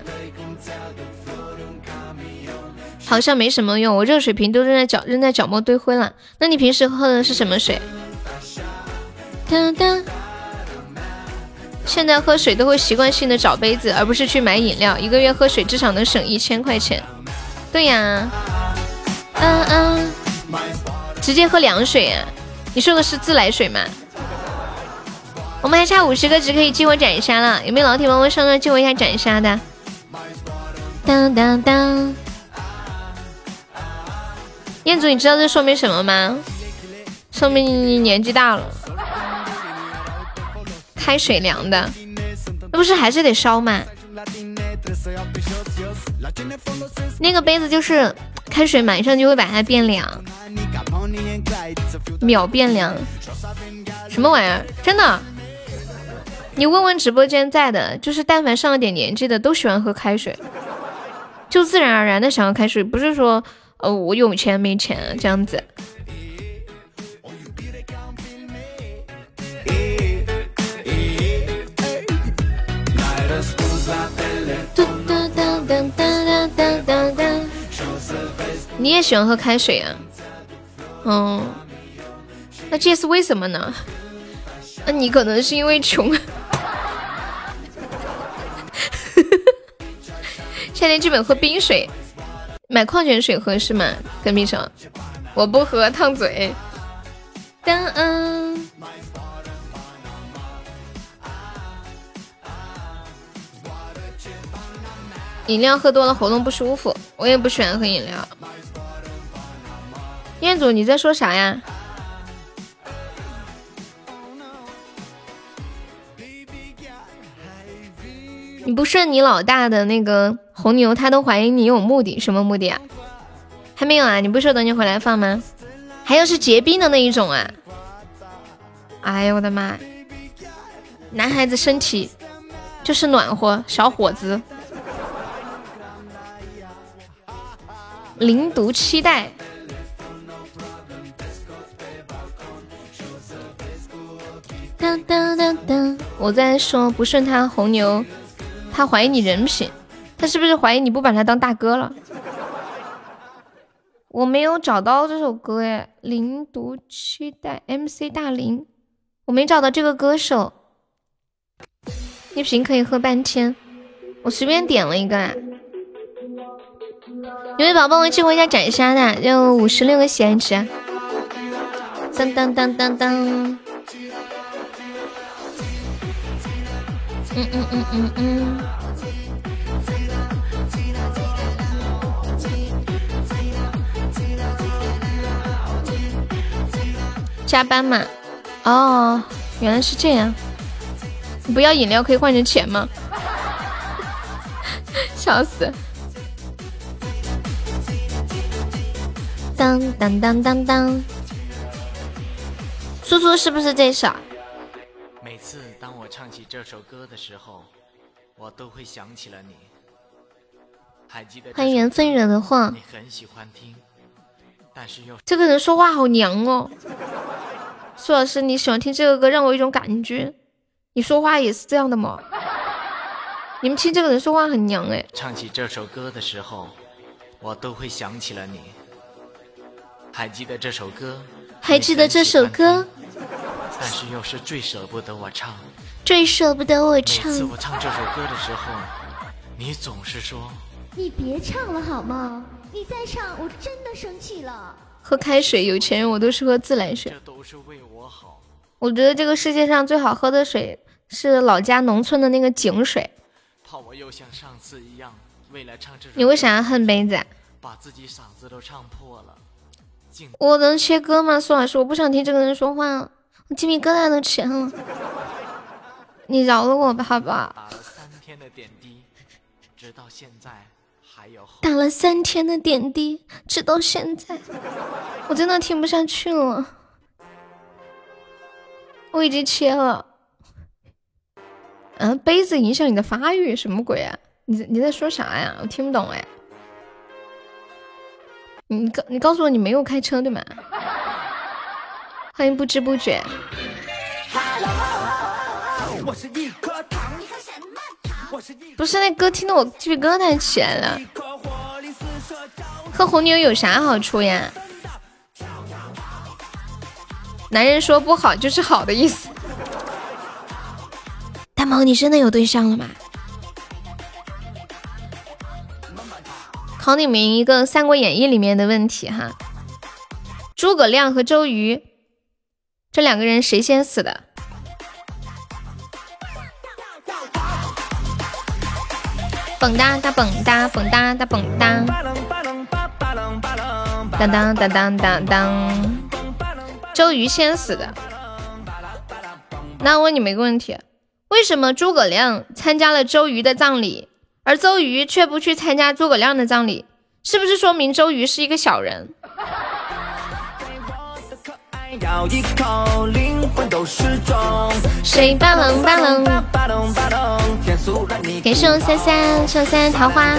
[SPEAKER 1] 好像没什么用，我热水瓶都扔在角扔在角落堆灰了。那你平时喝的是什么水？当当，现在喝水都会习惯性的找杯子，而不是去买饮料，一个月喝水至少能省一千块钱。对呀，嗯嗯，直接喝凉水啊？你说的是自来水吗？我们还差五十个值可以激活斩杀了，有没有老铁帮我上上激活一下斩杀的？当当当！彦祖，你知道这说明什么吗？说明你年纪大了。开水凉的，那不是还是得烧吗？那个杯子就是开水马上就会把它变凉，秒变凉。什么玩意儿？真的？你问问直播间在的，就是但凡上了点年纪的都喜欢喝开水，就自然而然的想要开水，不是说呃我有钱没钱啊这样子。你也喜欢喝开水啊？嗯，那这是为什么呢？那你可能是因为穷。夏天基本喝冰水，买矿泉水喝是吗？跟蜜生，我不喝，烫嘴。当嗯。饮料喝多了喉咙不舒服，我也不喜欢喝饮料。彦祖，你在说啥呀？你不顺你老大的那个红牛，他都怀疑你有目的，什么目的啊？还没有啊？你不是说等你回来放吗？还有是结冰的那一种啊！哎呦我的妈！男孩子身体就是暖和，小伙子。零毒期待。当当当当，我在说不顺他红牛，他怀疑你人品，他是不是怀疑你不把他当大哥了？ 我没有找到这首歌哎，零读期待 M C 大林，我没找到这个歌手。一瓶可以喝半天，我随便点了一个啊。有位宝宝们激活一下斩杀的，有五十六个喜爱值。当当当当当。嗯嗯嗯嗯嗯。加班嘛？哦，原来是这样。你不要饮料可以换成钱吗？笑死！当当当当当。苏苏是不是这首？
[SPEAKER 4] 每次当我唱起这首歌的时候，我都会想起了你。还记得
[SPEAKER 1] 欢迎缘分惹的祸。
[SPEAKER 4] 你很喜欢听，但是又
[SPEAKER 1] 这个人说话好娘哦。苏老师，你喜欢听这个歌，让我有一种感觉，你说话也是这样的吗？你们听这个人说话很娘哎。
[SPEAKER 4] 唱起这首歌的时候，我都会想起了你。还记得这首歌？
[SPEAKER 1] 还记得这首歌？
[SPEAKER 4] 但是又是最舍不得我唱，
[SPEAKER 1] 最舍不得我唱。
[SPEAKER 4] 每次我唱这首歌的时候，你总是说：“
[SPEAKER 5] 你别唱了好吗？你再唱，我真的生气了。”
[SPEAKER 1] 喝开水，有钱人我都是喝自来水。
[SPEAKER 4] 这都是为我好。
[SPEAKER 1] 我觉得这个世界上最好喝的水是老家农村的那个井水。
[SPEAKER 4] 怕我又像上次一样，为了唱这首歌，
[SPEAKER 1] 你为啥恨杯子？
[SPEAKER 4] 把自己嗓子都唱破了。
[SPEAKER 1] 我能切歌吗？苏老师，我不想听这个人说话，我鸡皮疙瘩都起来了。你饶了我吧，好吧。
[SPEAKER 4] 打了三天的点滴，直到现在还有。
[SPEAKER 1] 打了三天的点滴，直到现在，我真的听不下去了。我已经切了。嗯，杯子影响你的发育，什么鬼啊？你你在说啥呀？我听不懂哎。你告你告诉我你没有开车对吗？欢迎不知不觉。不是那歌听得我鸡皮疙瘩起来了。喝红牛有啥好处呀？男人说不好就是好的意思。大毛，你真的有对象了吗？考你们一个《三国演义》里面的问题哈，诸葛亮和周瑜这两个人谁先死的？蹦哒哒蹦哒蹦哒哒蹦哒，当当当当当当，周瑜先死的。那我问你们一个问题，为什么诸葛亮参加了周瑜的葬礼，而周瑜却不去参加诸葛亮的葬礼？是不是说明周瑜是一个小人？谁巴冷巴冷？给送三三送三桃花，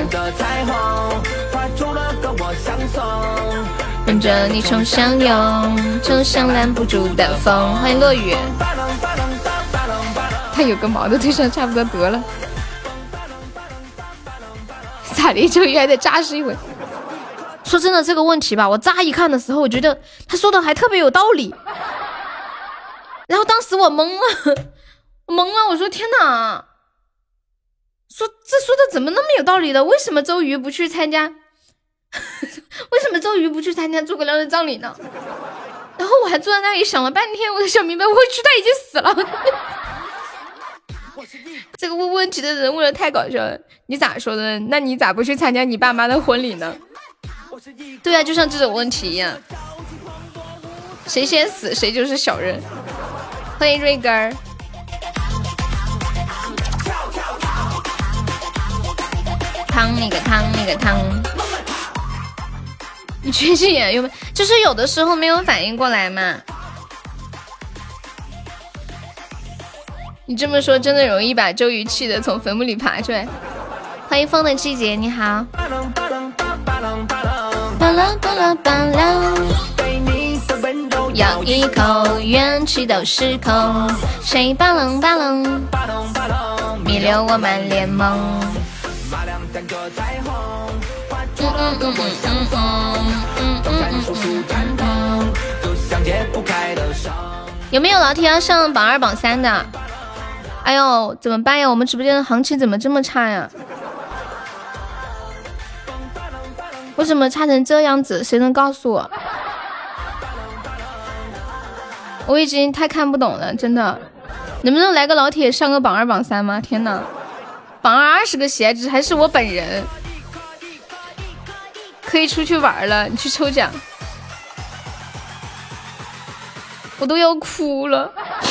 [SPEAKER 1] 跟着你冲向勇，冲向拦不住的风。欢迎落雨。他有个毛的对象差不多得了。咋的？周瑜还得扎实一回。说真的，这个问题吧，我乍一看的时候，我觉得他说的还特别有道理。然后当时我懵了，我懵了，我说天哪，说这说的怎么那么有道理的？为什么周瑜不去参加？为什么周瑜不去参加诸葛亮的葬礼呢？然后我还坐在那里想了半天，我才想明白，我去，他已经死了。这个问问题的人问的太搞笑了，你咋说的？那你咋不去参加你爸妈的婚礼呢？对啊，就像这种问题一样，谁先死谁就是小人。欢迎瑞根儿。汤你个汤你个汤，你确实也有，就是有的时候没有反应过来嘛。你这么说真的容易把周瑜气的从坟墓里爬出来。欢迎风的季节，你好。巴拉巴拉巴拉，咬一口，元气都失控。谁巴冷巴冷，弥留我满脸懵。 嗯嗯嗯嗯嗯，有没有老铁要上榜二榜三的？哎呦，怎么办呀？我们直播间的行情怎么这么差呀？为什么差成这样子？谁能告诉我？我已经太看不懂了，真的。能不能来个老铁上个榜二榜三吗？天哪，榜二二十个喜爱值还是我本人，可以出去玩了。你去抽奖，我都要哭了。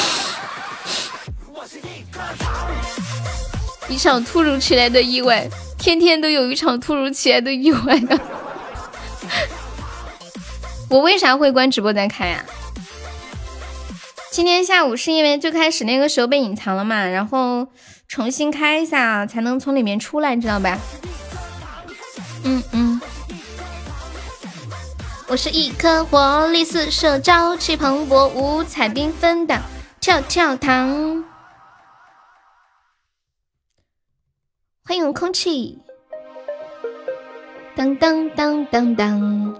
[SPEAKER 1] 一场突如其来的意外，天天都有一场突如其来的意外啊！我为啥会关直播再开呀、啊？今天下午是因为最开始那个时候被隐藏了嘛，然后重新开一下才能从里面出来，知道吧？嗯嗯。我是一颗活力四射、朝气蓬勃、五彩缤纷的跳跳糖。欢迎空气，当当当当当。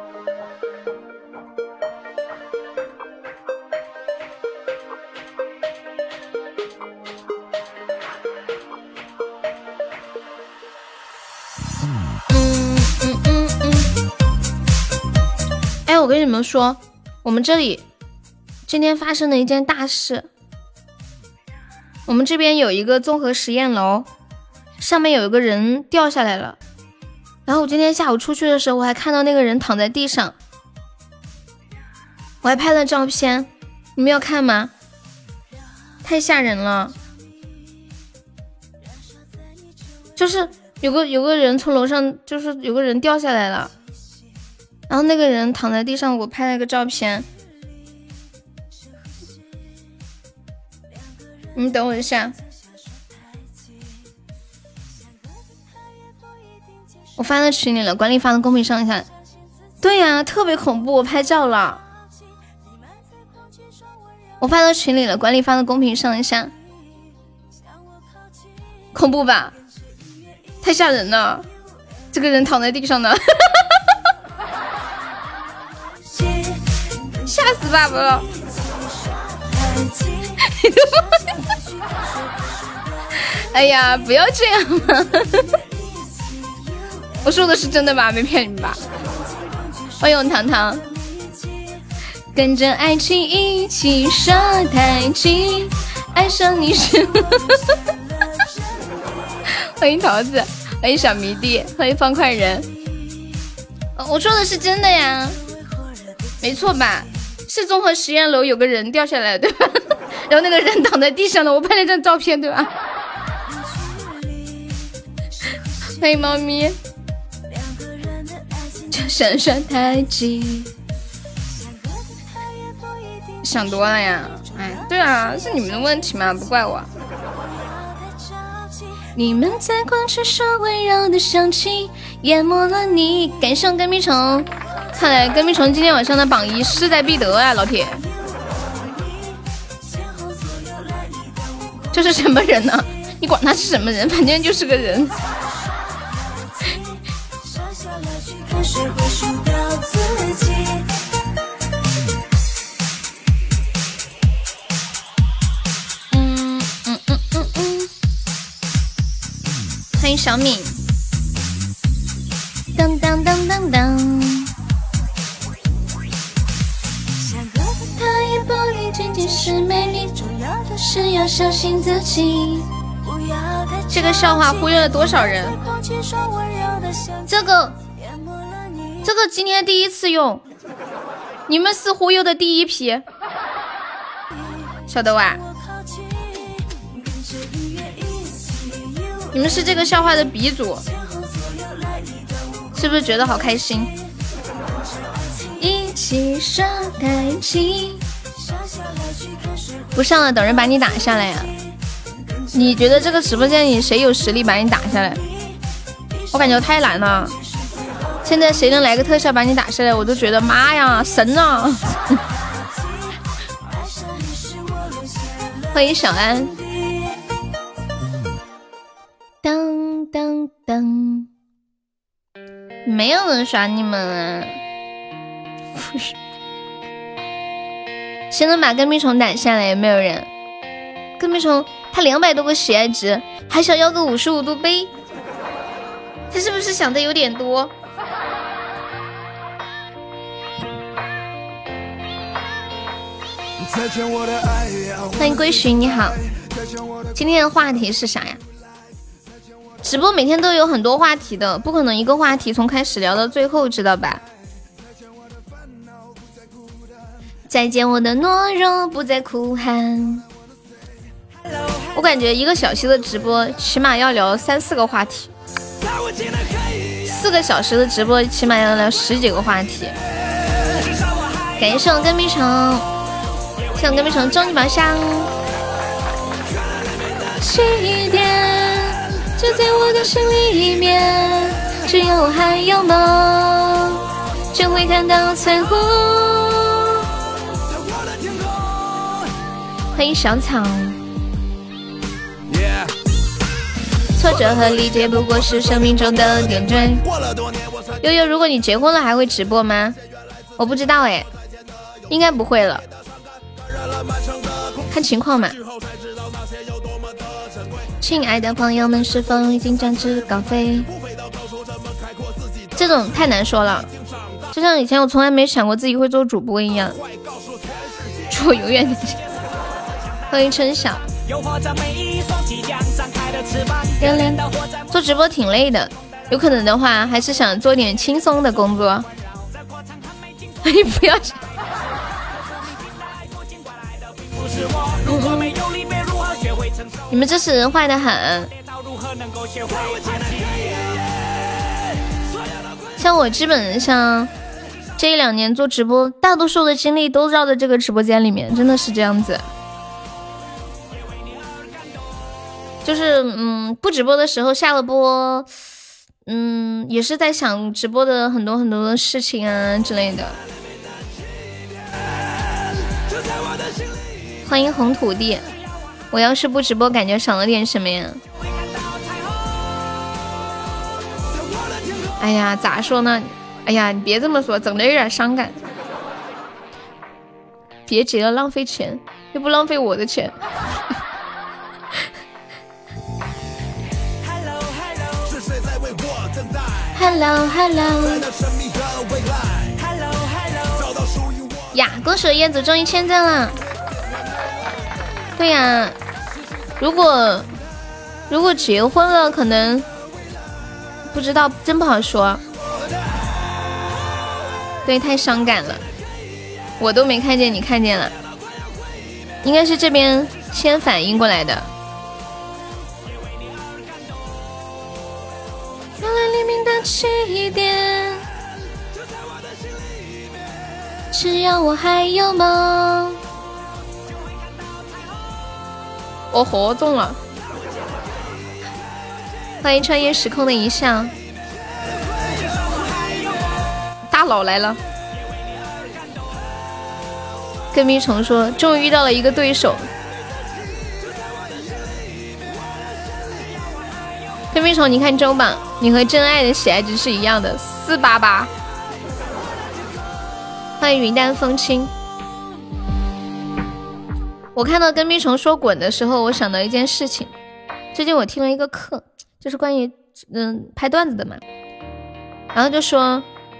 [SPEAKER 1] 哎，我跟你们说，我们这里今天发生了一件大事。我们这边有一个综合实验楼，上面有一个人掉下来了。然后我今天下午出去的时候，我还看到那个人躺在地上，我还拍了照片。你们要看吗？太吓人了！就是有个有个人从楼上，就是有个人掉下来了。然后那个人躺在地上，我拍了个照片。你等我一下，我发到群里了，管理发到公屏上一下。对呀、啊，特别恐怖，我拍照了，我发到群里了，管理发到公屏上一下。恐怖吧？太吓人了，这个人躺在地上呢。吓死爸爸了！哎呀，不要这样嘛！我说的是真的吧？没骗你们吧？欢迎糖糖，跟着爱情一起耍太极，爱上你是。欢迎桃子，欢迎小迷弟，欢迎方块人。我说的是真的呀，没错吧？是综合实验楼有个人掉下来，对吧？然后那个人躺在地上了，我拍了张照片，对吧？欢迎猫咪，就想耍太极，想多了呀！哎，对啊，是你们的问题嘛，不怪我。你们在光之说温柔的香气淹没了你，感谢跟屁虫。看来跟屁虫今天晚上的榜一势在必得啊，老铁！这是什么人呢？你管他是什么人，反正就是个人。嗯嗯嗯嗯嗯，欢迎小敏。当当当当当。不一定仅是美丽，重要的是要相信自己。这个笑话忽悠了多少人？这个这个今天第一次用，你们是忽悠的第一批，晓得吧？你们是这个笑话的鼻祖，是不是觉得好开心？一起耍太极。不上了，等人把你打下来呀、啊！你觉得这个直播间里谁有实力把你打下来？我感觉太难了。现在谁能来个特效把你打下来，我都觉得妈呀，神啊！欢迎小安。当当当， 没有人耍你们啊！不是，谁能把跟屁虫打下来？也没有人。跟屁虫他两百多个喜爱值，还想要个五十五度杯，他是不是想的有点多？欢迎归寻，你好。今天的话题是啥呀？直播每天都有很多话题的，不可能一个话题从开始聊到最后，知道吧？再见我的懦弱，不再哭喊。我感觉一个小时的直播起码要聊三四个话题，四个小时的直播起码要聊十几个话题。感谢我跟屁虫，谢谢我跟屁虫终极宝箱。起点就在我的心里面，只要我还有梦，就会看到彩虹。欢迎小草。挫折和理解不过是生命中的点缀。悠悠，如果你结婚了还会直播吗？我不知道哎，应该不会了，看情况嘛。亲爱的朋友们，是否已经展翅高飞？这种太难说了，就像以前我从来没想过自己会做主播一样。祝我永远欢迎春晓。做直播挺累的，有可能的话还是想做点轻松的工作。哎，不要你们这是人坏的很。像我基本上这一两年做直播，大多数的精力都绕在这个直播间里面，真的是这样子。就是嗯，不直播的时候，下了播，嗯，也是在想直播的很多很多的事情啊之类的。欢迎红土地，我要是不直播，感觉少了点什么呀？哎呀，咋说呢？哎呀，你别这么说，整的有点伤感。别急了，浪费钱，又不浪费我的钱。Hello Hello 呀，恭喜燕子终于签赞了。对呀，如果如果结婚了，可能不知道，真不好说。对，太伤感了，我都没看见，你看见了，应该是这边先反应过来的。原来黎明的起点，只要我还有梦。哦吼，中了！欢迎穿越时空的一笑，大佬来了。跟迷虫说，终于遇到了一个对手。跟迷虫，你看周榜，你和真爱的喜爱值是一样的，四八八。欢迎云淡风轻。我看到跟咪虫说滚的时候，我想到一件事情。最近我听了一个课，就是关于嗯拍段子的嘛，然后就说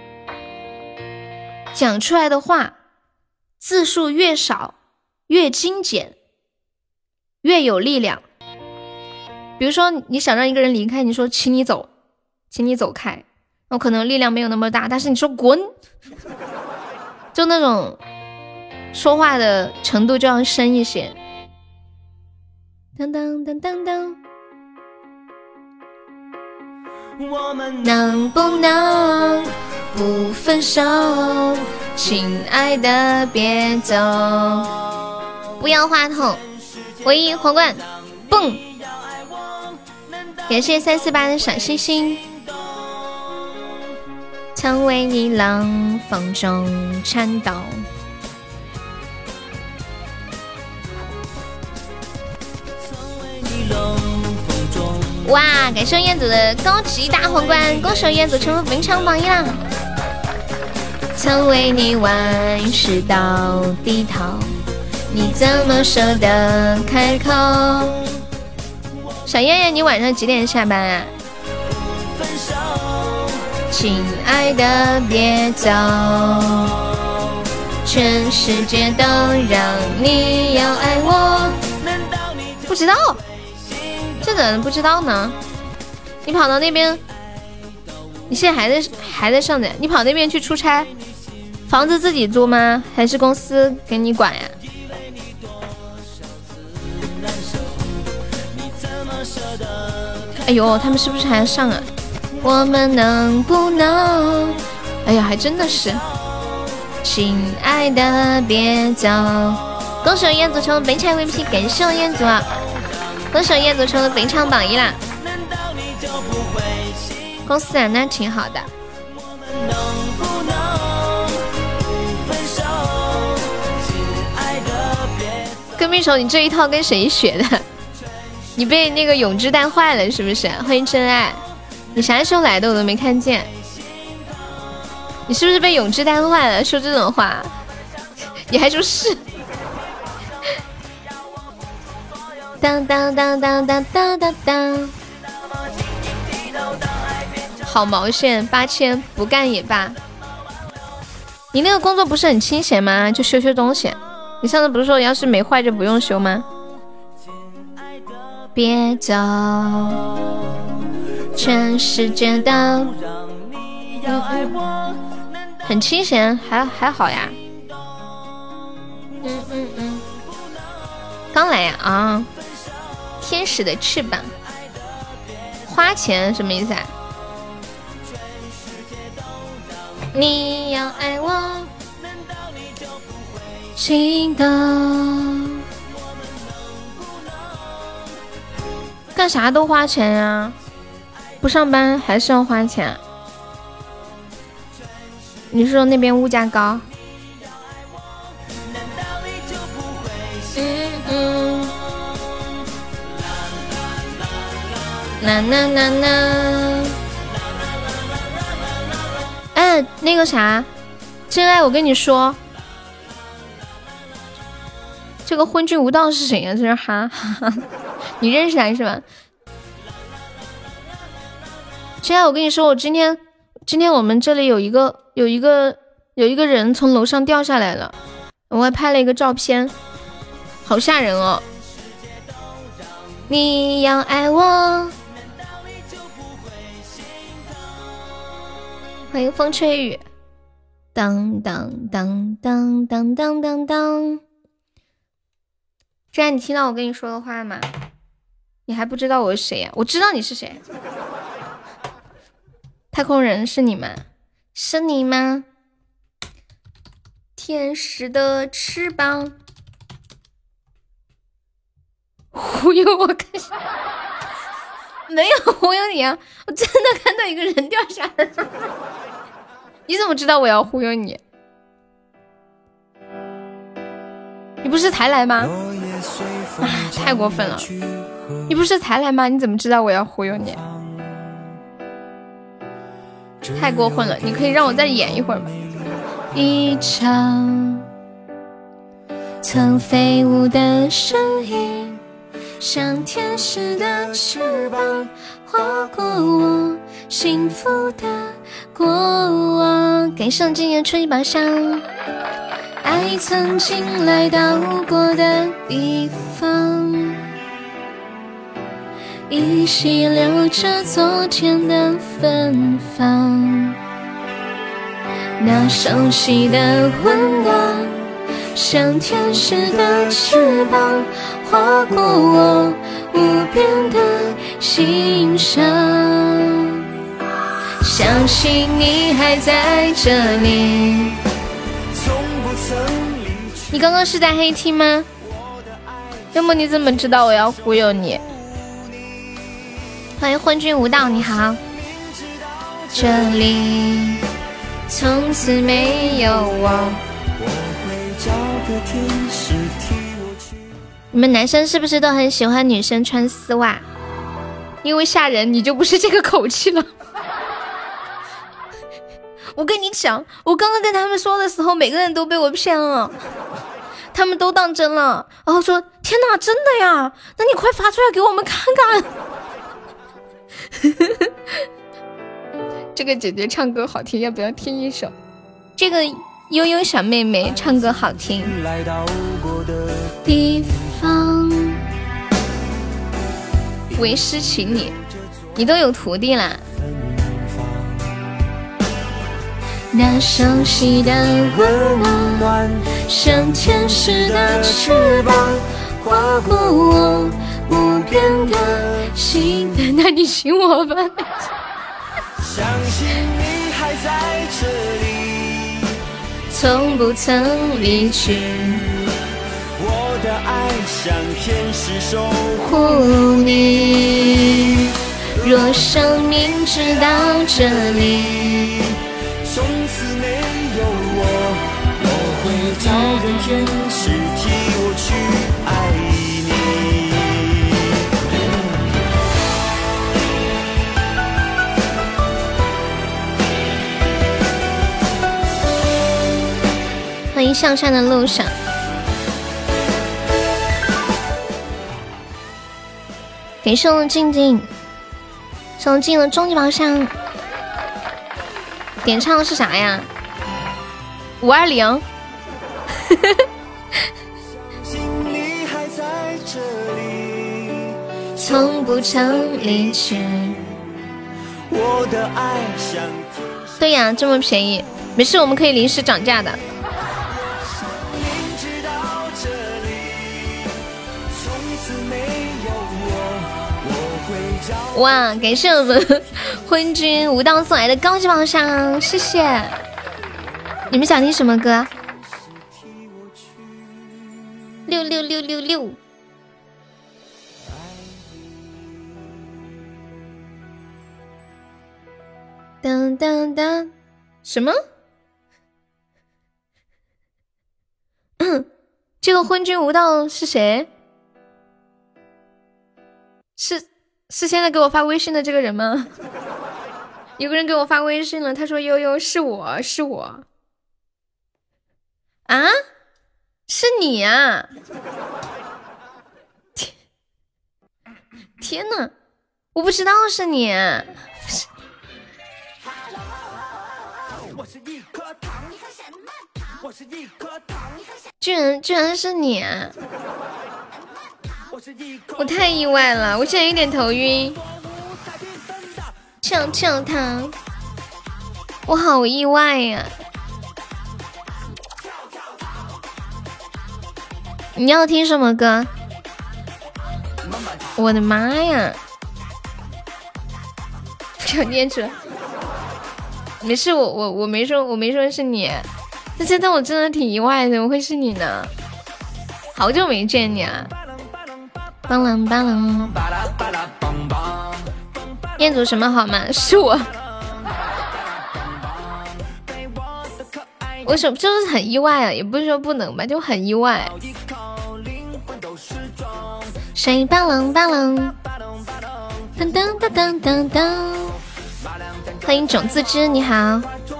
[SPEAKER 1] 讲出来的话字数越少越精简越有力量。比如说你想让一个人离开，你说请你走，请你走开，那可能力量没有那么大，但是你说滚，就那种说话的程度就要深一些。当当当当当，我们能不能不分手？亲爱的别走。不要话筒，唯一皇冠蹦。感谢三四八的小星星。曾为你冷风中颤抖， 哇，感谢彦祖的高级大皇冠，恭喜彦祖成为本场榜一啦！曾为你万事到低头，你怎么舍得开口？小燕燕，你晚上几点下班啊？亲爱的，别走，全世界都让你要爱我。不知道，这怎么不知道呢？你跑到那边，你现在还在还在上的？你跑那边去出差，房子自己租吗？还是公司给你管呀？哎呦，他们是不是还要上啊？我们能不能？哎呀，还真的是。亲爱的，别走！恭喜我彦祖成为本场 V P， 感谢我彦祖啊！恭喜我彦祖成为本场榜一啦！公司啊，那挺好的。跟蜜手，你这一套跟谁学的？你被那个永志带坏了是不是？欢迎真爱，你啥时候来的我都没看见，你是不是被永志带坏了？说这种话，你还说是？当当当当当当当当，好毛线，八千不干也罢。你那个工作不是很清闲吗？就修修东西。你上次不是说要是没坏就不用修吗？别走，全世界都很清闲，还还好呀。嗯嗯嗯，刚来呀啊！天使的翅膀，花钱什么意思啊？你要爱我，记得。干啥都花钱呀、啊，不上班还是要花钱。你是说那边物价高？嗯嗯。啦啦啦啦。哎，那个啥，真爱，我跟你说，这个昏君无道是谁呀、啊？这是哈哈。你认识他是吧？现在我跟你说，我今天今天我们这里有一个有一个有一个人从楼上掉下来了，我还拍了一个照片，好吓人哦！你要爱我，欢迎风吹雨，当当当当当当当当。这样你听到我跟你说的话吗？你还不知道我是谁呀、啊？我知道你是谁。太空人是你吗？是你吗？天使的翅膀，忽悠我看下，没有忽悠你啊！我真的看到一个人掉下来了。你怎么知道我要忽悠你？你不是才来吗？啊，太过分了！你不是才来吗？你怎么知道我要忽悠你？太过分了！你可以让我再演一会儿吗？一场曾飞舞的声音，像天使的翅膀，划过我幸福的过往。感谢今年春一把香。爱曾经来到过的地方，依稀留着昨天的芬芳，那熟悉的温暖，像天使的翅膀，划过我无边的心上。相信你还在这里。你刚刚是在黑厅吗？要么你怎么知道我要忽悠你？欢迎昏君无道，你好。这里从此没有我。你们男生是不是都很喜欢女生穿丝袜？ 因为吓人，你就不是这个口气了。我跟你讲，我刚刚跟他们说的时候，每个人都被我骗了，他们都当真了，然后说天哪，真的呀？那你快发出来给我们看看。这个姐姐唱歌好听，要不要听一首？这个悠悠小妹妹唱歌好听。地方为师请你，你都有徒弟啦。那熟悉的温暖，像天使的翅膀，划过我无边的心。那你请我吧。相信你还在这里，从不曾离去。我的爱像天使守护你。若生命直到这里，从此没有我，我会找个天使替我去爱你。欢迎向善的路上。给送了静静，送进了终极宝箱。点唱的是啥呀？五二零。从不曾离去。对呀，这么便宜，没事，我们可以临时涨价的。哇，感谢我们昏君无道送来的高级宝箱，谢谢。你们想听什么歌？六六六六六。当当当，什么？嗯，这个昏君无道是谁？是。是现在给我发微信的这个人吗？有个人给我发微信了，他说悠悠是我是我啊，是你啊！天天哪，我不知道是你、啊，居然居然是你、啊！我太意外了，我现在有点头晕。跳跳糖，我好意外呀、啊！你要听什么歌？我的妈呀！不要念出来，没事，我我我没说，我没说是你。但是但我真的挺意外的，怎么会是你呢？好久没见你啊！巴郎巴郎，彦祖什么好吗？是我，为什么就是很意外啊？也不是说不能吧，就很意外。谁巴郎巴郎，当当当当当当，欢迎种子之，你好，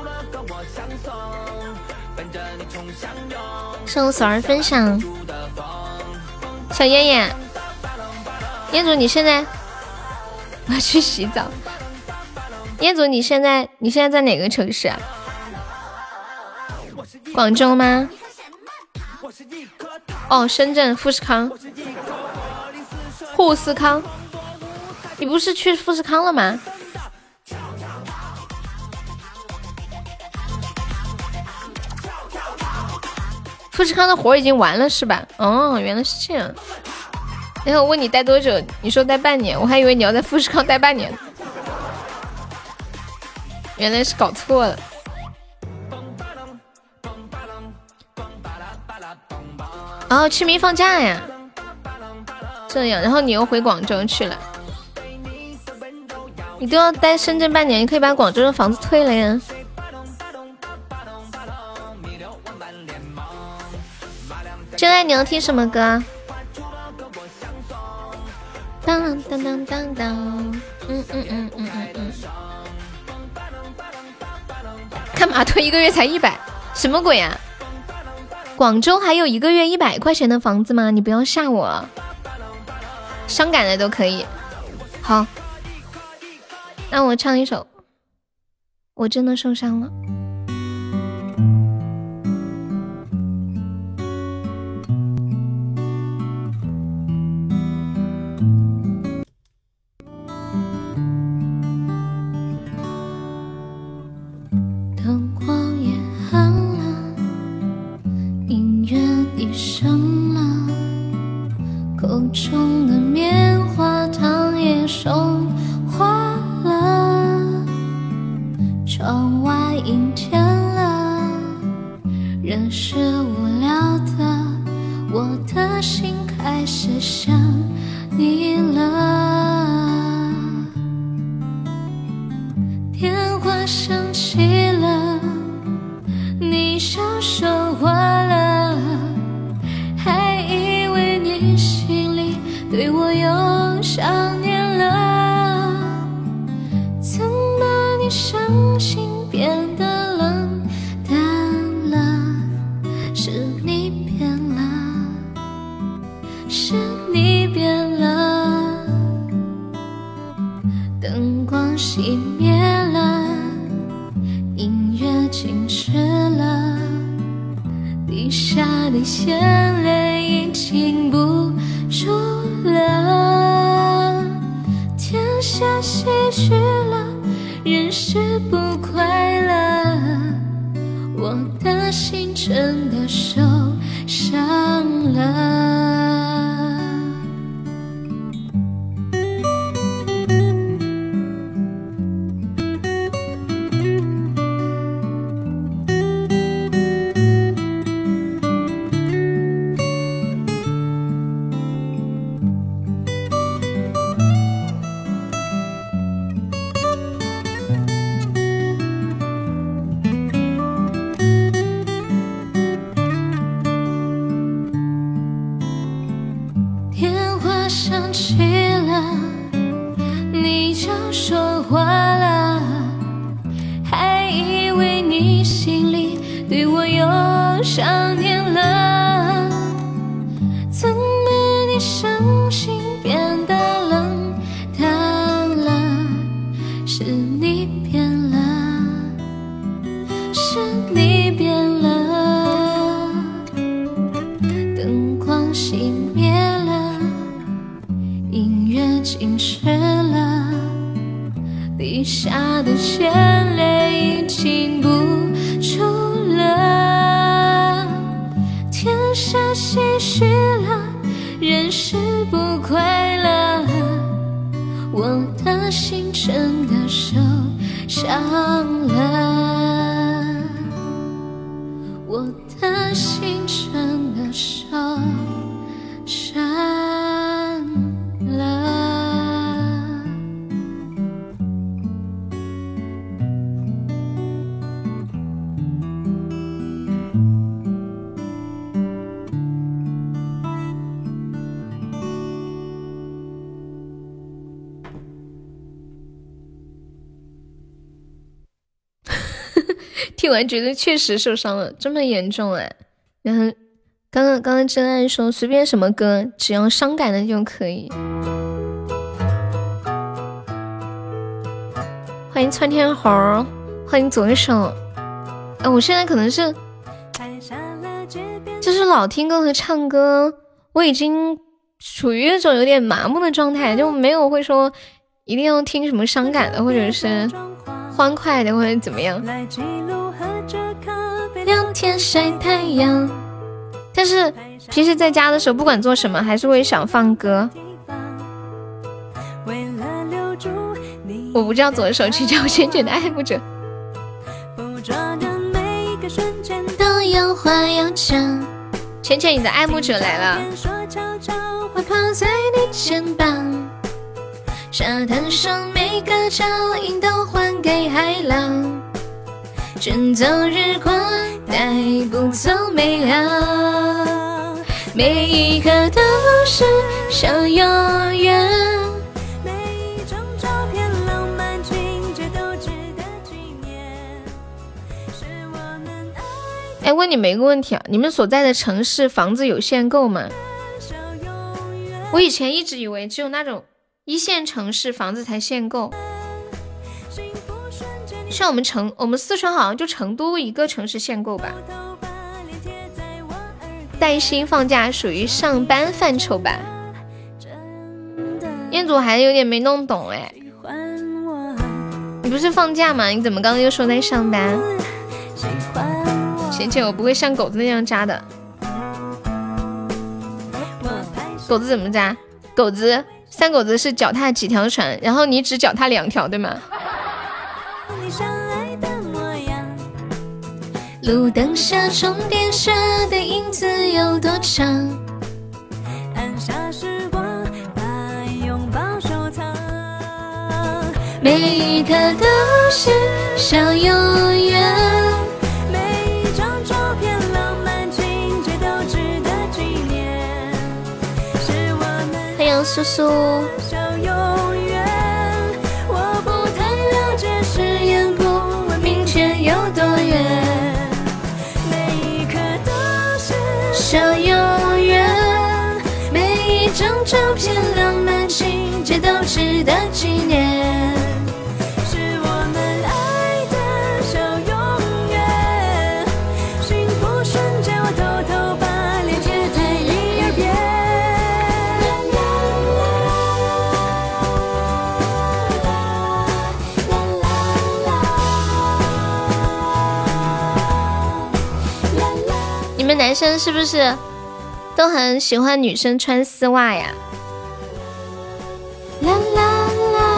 [SPEAKER 1] 送锁儿分享，小燕燕。彦祖，你现在我要去洗澡。彦祖，你现在你现在在哪个城市啊？广州吗？哦，深圳富士康，富士康，你不是去富士康了吗？富士康的活已经完了是吧？哦，原来是这样。然后我问你待多久，你说待半年，我还以为你要在富士康待半年，原来是搞错了。哦，清明放假呀，这样，然后你又回广州去了，你都要待深圳半年，你可以把广州的房子退了呀。真爱，你要听什么歌？ 当当当当当，嗯嗯嗯嗯嗯嗯。干嘛推一个月才一百？什么鬼呀？广州还有一个月一百块钱的房子吗？你不要吓我。伤感的都可以。好，那我唱一首。我真的受伤了。灯光也暗了，音乐低声了，口中的棉花糖也融化了，窗外阴天了，人是无聊的，我的心开始想你了。电话响起了，你消失我了，还以为你心里对我有想念了，怎么你伤心变得冷淡了？是你变了，是你变了，灯光熄灭了，音乐静止了，滴下的眼泪已禁不住了，天下喜剧了，人是不快乐，我的心真的受伤了。电话响起了，你就说话了，还以为你心里对我有想念了，怎么你伤心变得冷淡了？是你变了，是你变了，灯光熄灭了，音乐静止了，滴下的眼泪已禁不住了，天下喜剧了，人是不快乐，我的心真的受伤了，我的心真的受伤了。听完觉得确实受伤了，这么严重哎！然后刚刚刚刚真爱说随便什么歌，只要伤感的就可以。欢迎窜天猴，欢迎左手。哎，我现在可能是就是老听歌和唱歌，我已经处于一种有点麻木的状态，就没有会说一定要听什么伤感的，或者是欢快的，或者怎么样。聊天晒太阳，但是平时在家的时候，不管做什么，还是会想放歌。我不叫左手，去叫圈圈的爱慕者。都有话要讲，圈圈，你的爱慕者来了。我靠在你肩膀，沙滩上每个脚印都还给海浪，卷走日光，带不走美好，每一个都是想永远。 问你们一个问题啊，你们所在的城市房子有限购吗？我以前一直以为只有那种一线城市房子才限购，像我们成我们四川好像就成都一个城市限购吧。带薪放假属于上班范畴吧？彦祖还有点没弄懂哎，你不是放假吗？你怎么刚刚又说在上班？贤贤，我不会像狗子那样扎的。狗子怎么扎？狗子三狗子是脚踏几条船，然后你只脚踏两条，对吗？路灯下充电时的影子有多长？按下时光，把拥抱收藏。每一刻都是小永远，每一张照片浪漫情节都值得纪念。是我们欢迎苏苏。小永远，我不太了解誓言不问明天有多远。小永远，每一张照片浪漫情节都值得纪念，是我们爱的小永远。幸福瞬间，我偷偷把脸贴在你耳边。你们男生是不是都很喜欢女生穿丝袜呀？啦啦啦，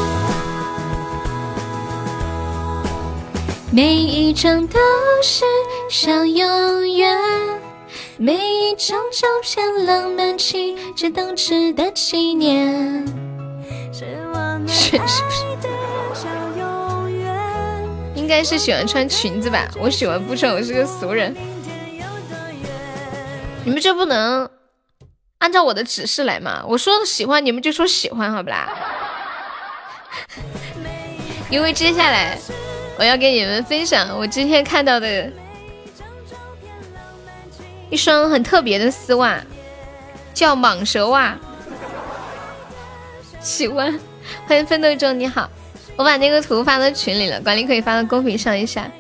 [SPEAKER 1] 每一张都是小永远，每一张照片浪漫情节都值得纪念。是是不是？应该是喜欢穿裙子吧？我喜欢不穿，我是个俗人。你们就不能按照我的指示来吗？我说喜欢你们就说喜欢，好不啦？因为接下来我要给你们分享我今天看到的一双很特别的丝袜，叫蟒蛇袜。喜欢，欢迎奋斗中，你好，我把那个图发到群里了，管理可以发到公屏上一下。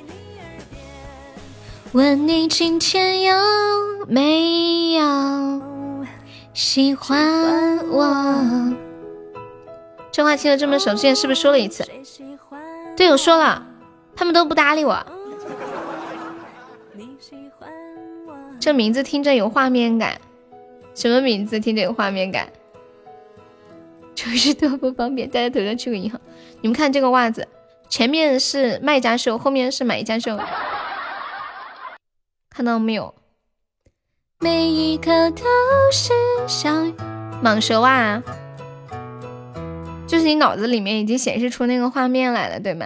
[SPEAKER 1] 问你今天有没有喜欢我？这话听了这么熟，之前是不是说了一次？对，我说了，他们都不搭理我。这名字听着有画面感，什么名字听着有画面感？就是多不方便，大家头上去个银行。你们看这个袜子，前面是卖家秀，后面是买家秀。看到没有？每一颗都是小蟒蛇袜、啊，就是你脑子里面已经显示出那个画面来了，对吗？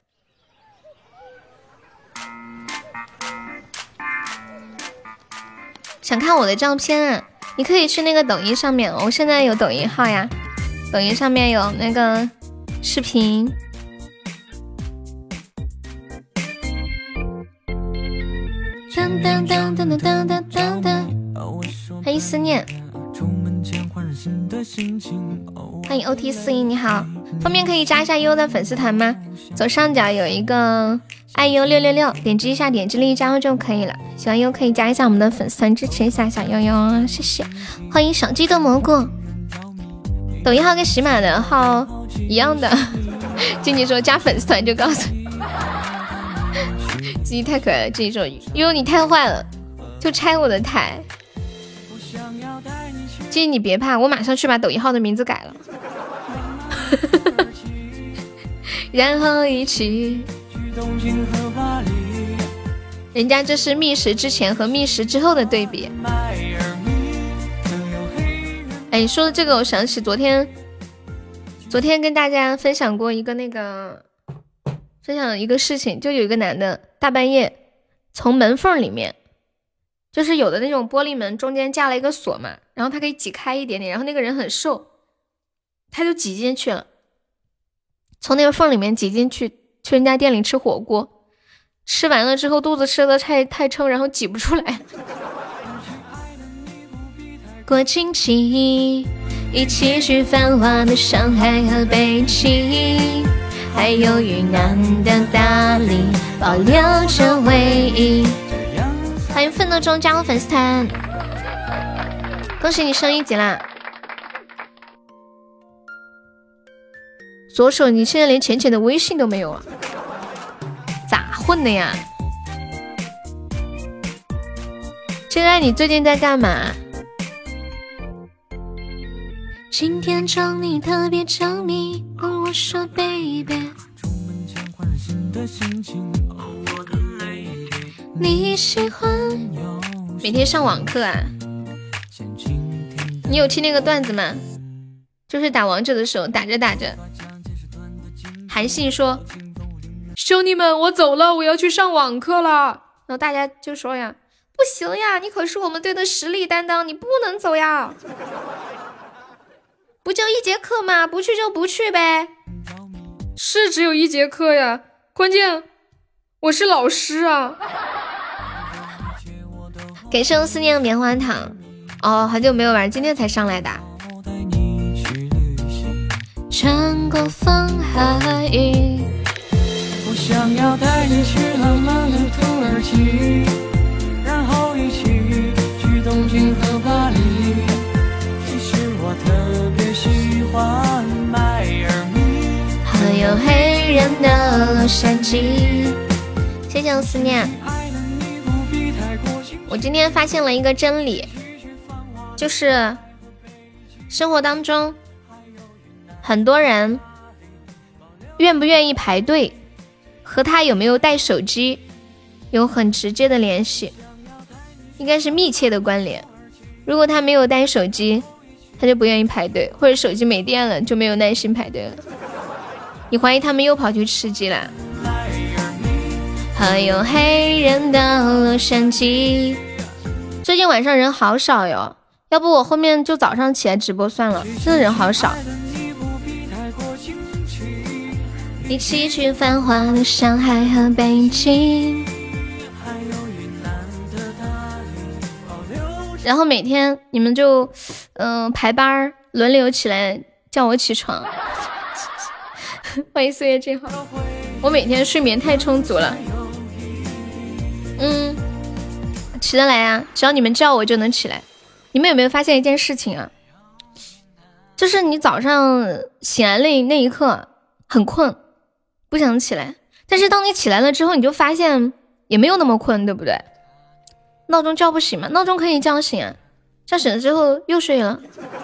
[SPEAKER 1] 想看我的照片啊？你可以去那个抖音上面，我现在有抖音号呀，抖音上面有那个视频。当当当当当当当当，欢迎思念，欢迎 O T 四一，你好，方便可以加一下优的粉丝团吗？左上角有一个爱优六六六，点击一下，点击立即加入就可以了。喜欢优可以加一下我们的粉丝团，支持一下小悠悠，谢谢。欢迎小鸡的蘑菇，抖音号跟喜马的号一样的，静静说加粉丝团就告诉你。鸡太可爱了，静静说悠悠你太坏了，就拆我的台。静静你别怕，我马上去把抖音号的名字改了。然后一起，人家这是觅食之前和觅食之后的对比。哎，你说的这个我想起昨天昨天跟大家分享过一个那个分享一个事情，就有一个男的大半夜从门缝里面，就是有的那种玻璃门中间架了一个锁嘛，然后他可以挤开一点点，然后那个人很瘦，他就挤进去了，从那个缝里面挤进去，去人家店里吃火锅， 吃完了之后肚子吃的太太撑，然后挤不出来。过亲戚，一起去繁华的上海和北京，还有云南的大理，保留着回忆。欢迎奋斗中加入粉丝团，恭喜你升一级啦！左手你现在连浅浅的微信都没有了，咋混的呀？真爱，你最近在干嘛？今天找你特别着迷，跟我说 baby， 你喜欢每天上网课啊？你有听那个段子吗？就是打王者的时候，打着打着，韩信说：“兄弟们，我走了，我要去上网课了。”然后大家就说呀：“不行呀，你可是我们队的实力担当，你不能走呀。”不就一节课吗？不去就不去呗。是只有一节课呀，关键我是老师啊。给生思念棉花糖。哦，很久没有玩，今天才上来的。穿过风和雨，
[SPEAKER 3] 我想要带你去浪漫的土耳其，然后一起去东京和巴黎。其实我特别喜欢迈尔密，
[SPEAKER 1] 还有黑人的洛杉矶。谢谢我思念。我今天发现了一个真理，就是生活当中很多人愿不愿意排队和他有没有带手机有很直接的联系，应该是密切的关联。如果他没有带手机，他就不愿意排队，或者手机没电了就没有耐心排队了。你怀疑他们又跑去吃鸡了？还有黑人的洛杉矶。最近晚上人好少哟，要不我后面就早上起来直播算了，真的人好少。一起去繁华的上海和北京，然后每天你们就嗯、呃、排班轮流起来叫我起床。欢迎岁月静好，我每天睡眠太充足了。嗯，起得来啊，只要你们叫我就能起来。你们有没有发现一件事情啊？就是你早上醒来那那一刻很困，不想起来，但是当你起来了之后，你就发现也没有那么困，对不对？闹钟叫不醒嘛，闹钟可以叫醒啊，叫醒了之后又睡了。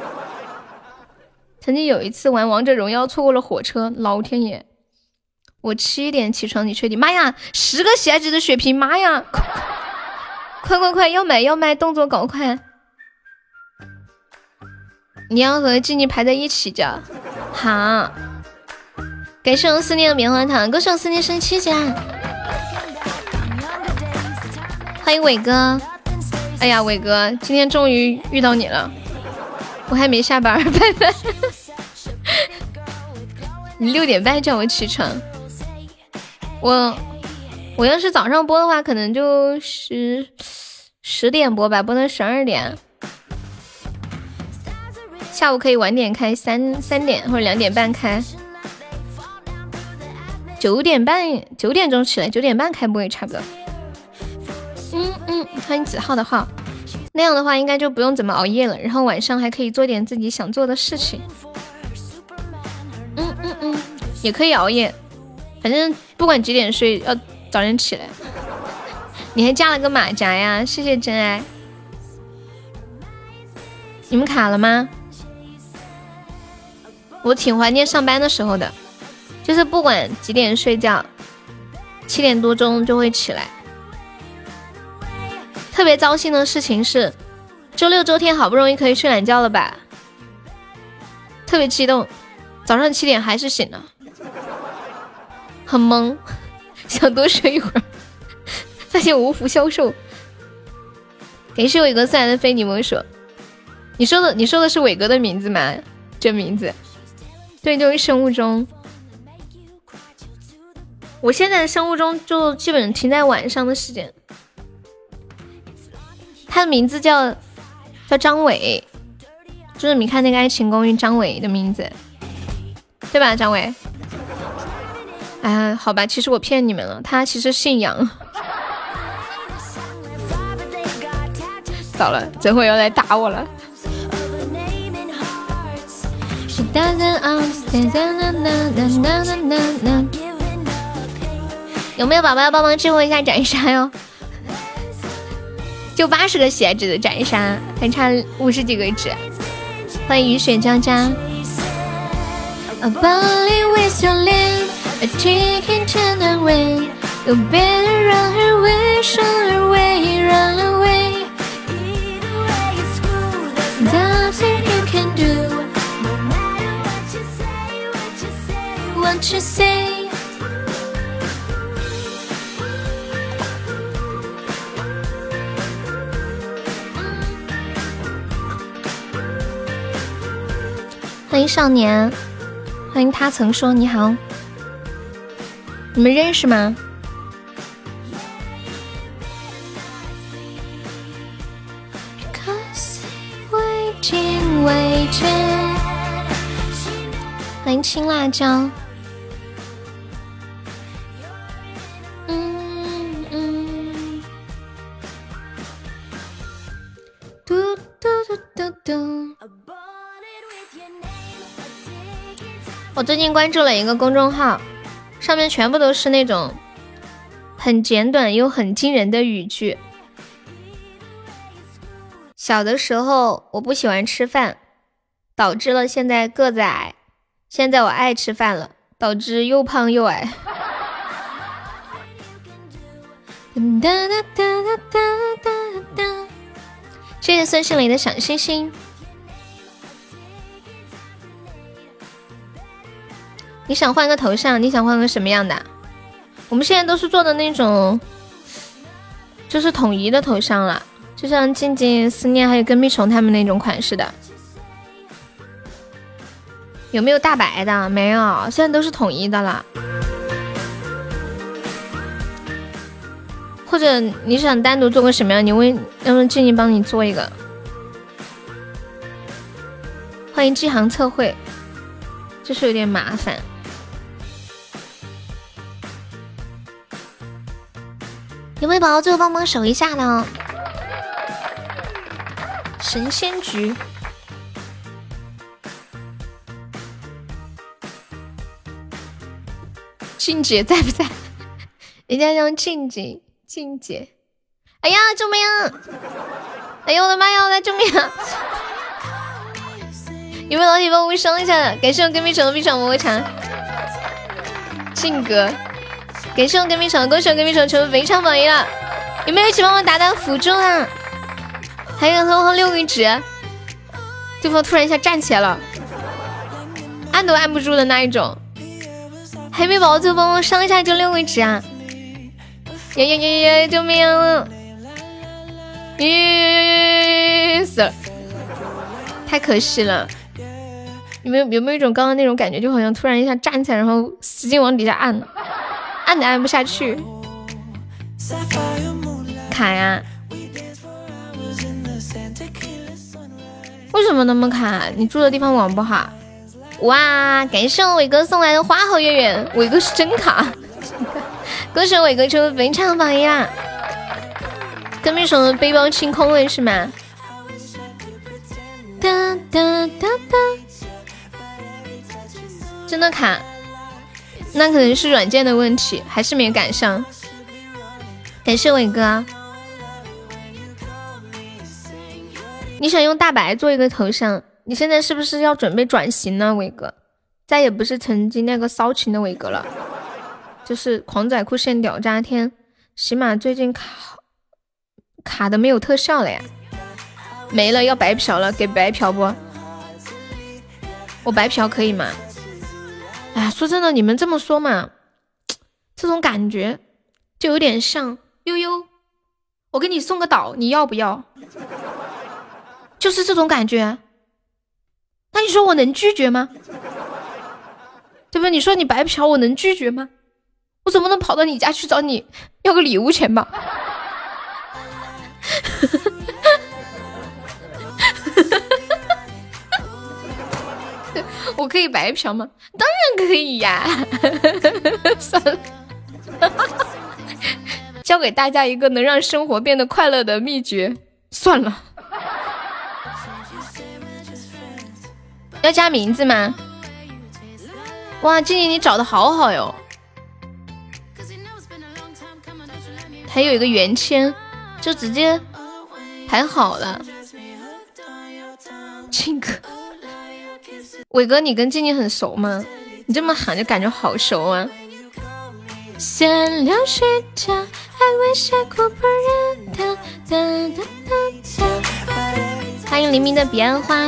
[SPEAKER 1] 曾经有一次玩王者荣耀错过了火车，老天爷！我七点起床，你确定？妈呀，十个喜爱值的血瓶，妈呀！快快快，要买要买，动作搞快！你要和静静排在一起着，好。感谢我思念的棉花糖，恭喜我思念升七级啦！欢迎伟哥，哎呀，伟哥，今天终于遇到你了，我还没下班，拜拜。你六点半叫我起床，我我要是早上播的话，可能就十十点播吧，播到十二点。下午可以晚点开，三三点或者两点半开。九点半九点钟起来，九点半开播也差不多。嗯嗯，欢迎子浩的号，那样的话应该就不用怎么熬夜了，然后晚上还可以做点自己想做的事情。嗯嗯嗯，也可以熬夜，反正不管几点睡，要早点起来。你还加了个马甲呀，谢谢真爱。你们卡了吗？我挺怀念上班的时候的，就是不管几点睡觉，七点多钟就会起来。特别糟心的事情是，周六周天好不容易可以睡懒觉了吧，特别激动，早上七点还是醒了，很懵，想多睡一会儿，发现无福消受。感谢伟哥送来的非你莫属。你说的你说的是伟哥的名字吗？这名字对，就是生物钟。 我现在生物钟就基本停在晚上的时间。他的名字叫叫张伟，就是你看那个《爱情公寓》张伟的名字，对吧？张伟。哎，好吧，其实我骗你们了，他其实姓杨。糟了，这会要来打我了。有没有宝宝要帮忙支付一下斩杀哟？就八十个血值的斩杀，还差五十几个值。欢迎雨雪交加。A body with your lip, a chicken turn away. You better run away, run away, run away. Nothing you can do, no matter what you say, what you say, what you say. 欢迎少年，欢迎他曾说你好，你们认识吗？欢迎青辣椒。嗯嗯。嘟嘟嘟嘟嘟。我最近关注了一个公众号，上面全部都是那种很简短又很惊人的语句。小的时候我不喜欢吃饭，导致了现在个子矮。现在我爱吃饭了，导致又胖又矮。谢谢孙兴雷的小星星。你想换个头像？你想换个什么样的？我们现在都是做的那种，就是统一的头像了，就像静静、思念还有跟屁虫他们那种款式的。有没有大白的？没有，现在都是统一的了。或者你想单独做个什么样？你问，让让静静帮你做一个。欢迎季行测绘，就是有点麻烦。有没有宝宝最后帮忙守一下呢？神仙局。静姐在不在？人家叫静姐，静姐。哎呀，救命！哎呦我的妈呀！我的救命！有没有老铁帮我上一下？感谢我跟屁虫的屁虫么么茶。静哥，感谢我跟屁虫，恭喜我跟屁虫成为肥肠榜一了。有没有一起帮我打打辅助啊？还有最后六个值，对方突然一下站起来了，按都按不住的那一种。还没宝宝就帮我上一下就六位值啊！呀呀呀呀！救命！耶死了，太可惜了。有没有有没有一种刚刚那种感觉，就好像突然一下站起来，然后使劲往底下按，按的按不下去，卡呀？为什么那么卡？你住的地方网不好？哇！感谢我伟哥送来的花好月圆，伟哥是真卡，恭喜伟哥成为本场榜一啦！跟屁虫的背包清空了是吗？哒哒哒哒，真的卡？那可能是软件的问题，还是没赶上。感谢伟哥，你想用大白做一个头像？你现在是不是要准备转型呢，伟哥？再也不是曾经那个骚情的伟哥了，就是狂仔酷炫屌炸天。起码最近卡卡的没有特效了呀，没了，要白嫖了，给白嫖不？我白嫖可以吗？哎，说真的，你们这么说嘛，这种感觉就有点像悠悠，我给你送个岛，你要不要？就是这种感觉。那你说我能拒绝吗？对不对？你说你白嫖我能拒绝吗？我我怎么能跑到你家去找你要个礼物钱吧？我可以白嫖吗？当然可以呀！算了，教给大家一个能让生活变得快乐的秘诀。算了，要加名字吗？哇，静静你找的好好哟，还有一个圆签，就直接排好了。静哥。伟哥，你跟静静很熟吗？你这么喊就感觉好熟啊！闲聊睡觉，还未写过本人的。欢迎黎明的彼岸花。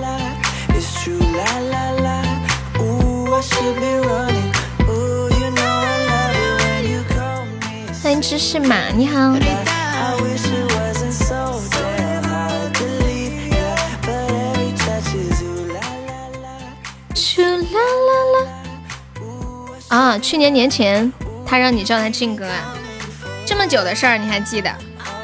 [SPEAKER 1] 欢迎知识马，你好。啊，去年年前他让你叫他静哥啊，这么久的事儿你还记得？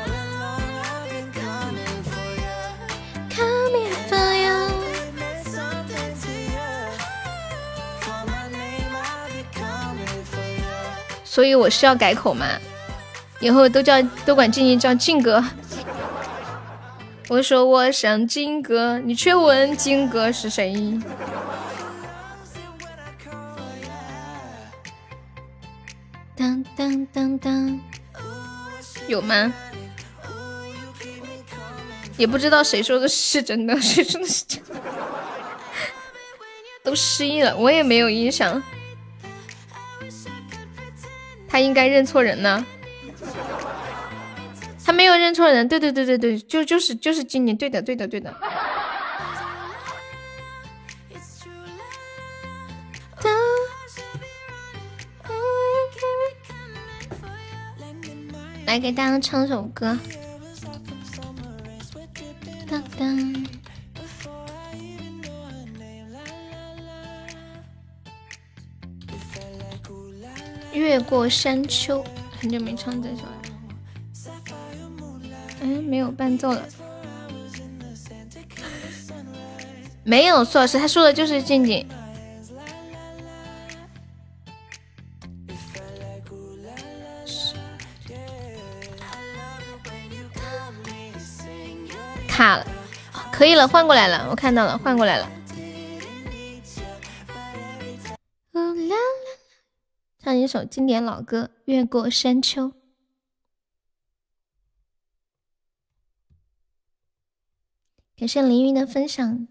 [SPEAKER 1] 所以我是要改口吗？以后都叫都管静静叫静哥。我说我想静哥，你却问静哥是谁？当当当当，有吗？也不知道谁说的是真的，谁说的是真的，都失忆了，我也没有印象。他应该认错人呢，他没有认错人，对对对对对，就就是就是今年，对的对的对的。来给大家唱首歌。当当越过山丘，很久没唱这首了。嗯，没有伴奏了。没有，苏老师他说的就是静静。卡了，可以了，换过来了，我看到了，换过来了。唱一首经典老歌《越过山丘》。感谢凌云的分享。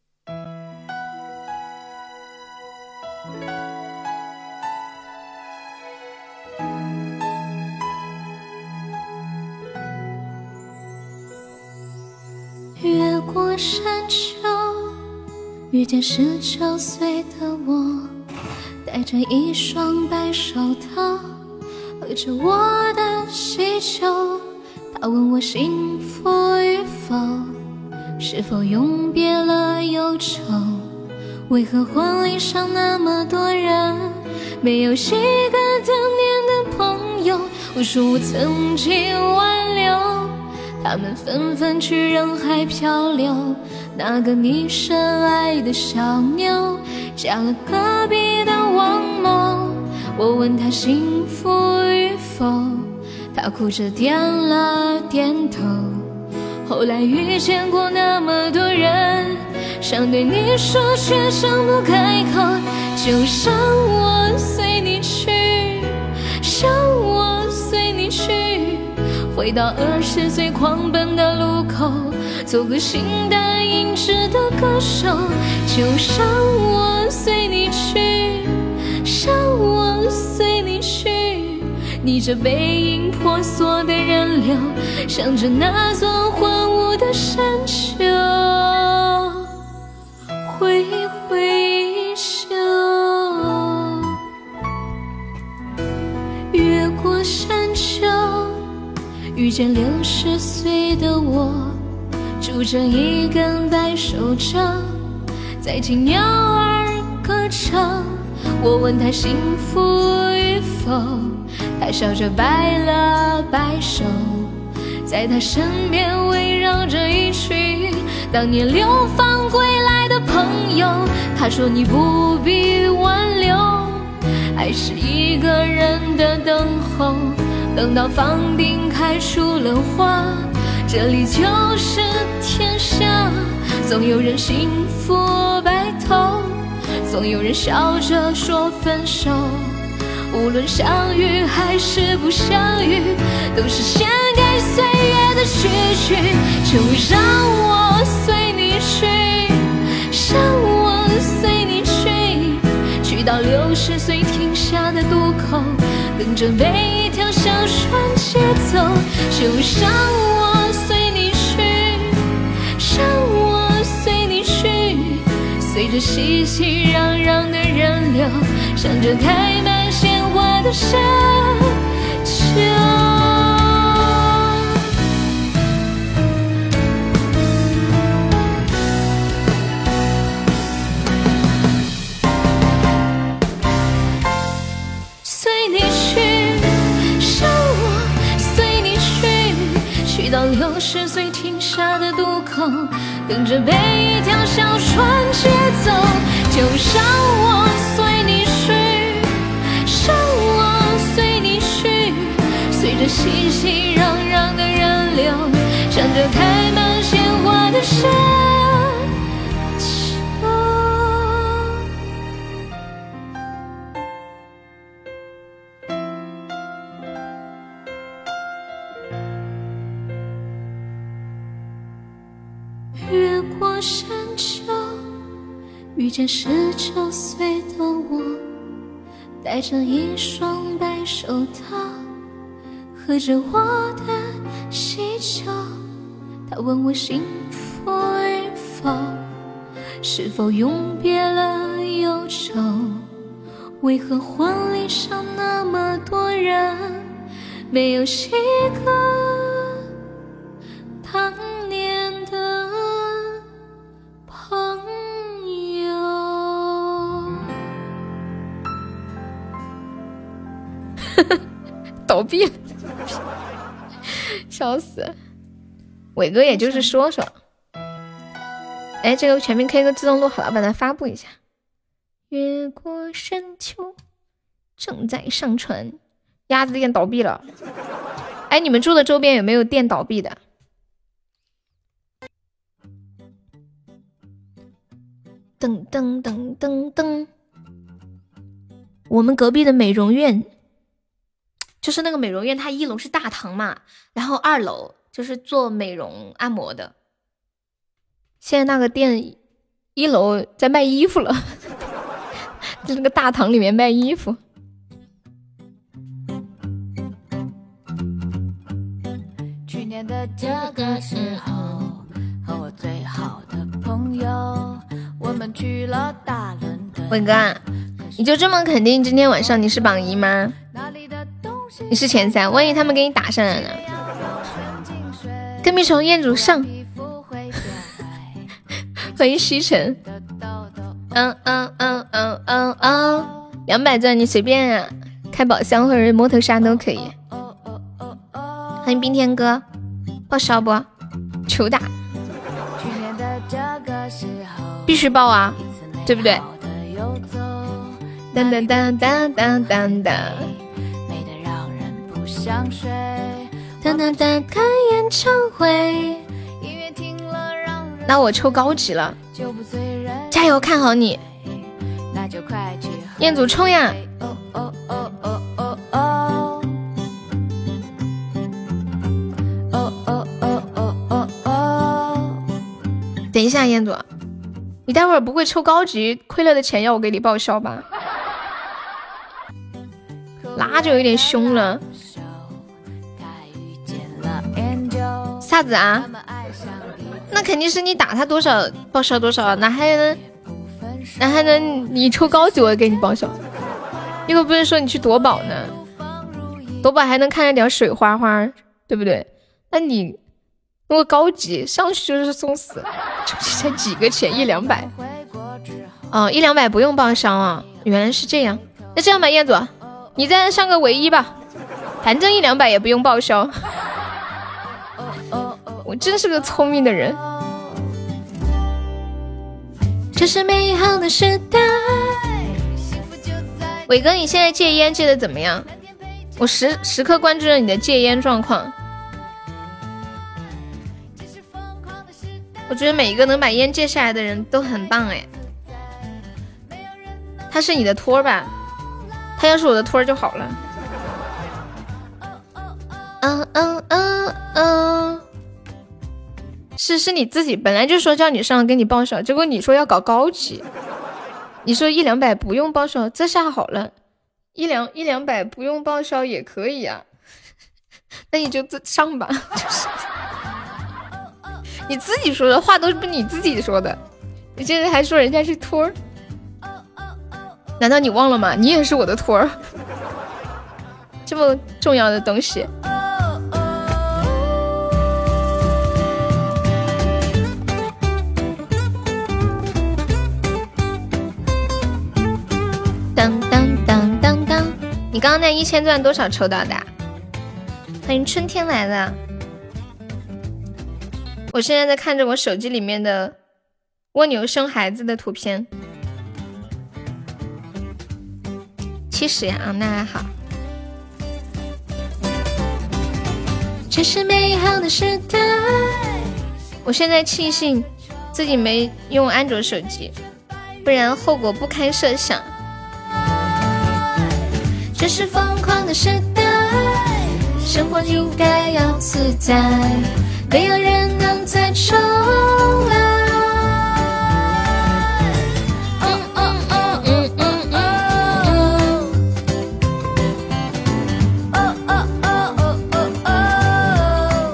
[SPEAKER 1] 越过山丘，遇见十九岁的我，戴着一双白手套，喝着我的喜酒。他问我幸福与否，是否永别了忧愁？为何婚礼上那么多人，没有几个当年的朋友？我说我曾经挽留，他们纷纷去人海漂流。那个你深爱的小妞，嫁了隔壁的王某。我问他幸福与否，他哭着点了点头。后来遇见过那么多人，想对你说却想不开口。就像我随你去，像我随你去，回到二十岁狂奔的路口，做个形单影只的歌手。就像我随你去，像我随你去，逆着背影婆娑的人流，向着那座荒芜的山丘挥挥衣袖。越过山丘，遇见六十岁的我，拄着一根白手杖，在进鸟儿歌唱。我问他幸福与否，他笑着摆了摆手，在他身边围绕着一群当年流放归来的朋友。他说你不必挽留，爱是一个人的等候，等到房顶开出了花，这里就是天下。总有人幸福白头，总有人笑着说分手。无论相遇还是不相遇，都是献给岁月的序曲。就让我随你去，让我随你去，去到六十岁停下的渡口，等着被一条小船接走。就让我随你去，让我随你去，随着熙熙攘攘的人流，向着开满鲜花的沙丘。随你去，让我随你去，去到六十岁停下的渡口，等着被一条小船接走。就让我随你去，让我随你去，随着熙熙攘攘的人流，向着开满鲜花的沙丘。越过山丘，遇见十九岁的我，戴着一双白手套，喝着我的喜酒。他问我幸福与否，是否永别了忧愁，为何婚礼上那么多人，没有一个当年的朋友。倒闭了，笑死！伟哥也就是说说，哎，这个全民 K 歌自动录好了，把它发布一下。越过山丘，正在上传。鸭子店倒闭了，哎，你们住的周边有没有店倒闭的？噔噔噔噔噔，我们隔壁的美容院，就是那个美容院，它一楼是大堂嘛，然后二楼就是做美容按摩的。现在那个店一楼在卖衣服了，在那个大堂里面卖衣服。
[SPEAKER 6] 去年的这个时候，和我最好的朋友，我们去了大伦敦。
[SPEAKER 1] 伟哥，你就这么肯定今天晚上你是榜一吗？你是前三，万一他们给你打上来呢？跟屁虫彦祖上，欢迎西城。嗯嗯嗯嗯嗯嗯，两百钻你随便啊，开宝箱或者摩头杀都可以。欢迎冰天哥，报销不？求打，必须报啊，对不对？当当当当当当当。当当当，看演唱会，那我抽高级了，加油，看好你，彦祖冲呀！等一下，彦祖，你待会儿不会抽高级亏了的钱要我给你报销吧？那就有点凶了。啥子啊？那肯定是你打他多少报销多少，哪还能哪还能你抽高级我给你报销？又不是说你去夺宝呢，夺宝还能看着点水花花，对不对？那你如果高级上去就是送死，这才几个钱，一两百。 哦，一两百不用报销啊，原来是这样。那这样吧，彦祖，你再上个唯一吧，反正一两百也不用报销。我真是个聪明的人。这是美好的时代。伟哥，你现在戒烟戒的怎么样？我时时刻关注着你的戒烟状况。我觉得每一个能把烟戒下来的人都很棒哎。他是你的托吧？他要是我的托就好了。嗯嗯嗯嗯，是是你自己本来就说叫你上给你报销，结果你说要搞高级，你说一两百不用报销，这下好了，一两一两百不用报销也可以啊，那你就自上吧。就是你自己说的话都是你自己说的，你现在还说人家是托儿，难道你忘了吗？你也是我的托儿，这么重要的东西。当当当当当，你刚刚那一千钻多少抽到的？欢迎春天来了。我现在在看着我手机里面的蜗牛生孩子的图片。七十呀，啊，那还好。这是美好的时代。我现在庆幸自己没用安卓手机，不然后果不堪设想。这是疯狂的时代，生活应该要自在，没有人能再重来。嗯嗯嗯嗯嗯嗯。哦哦哦哦哦哦。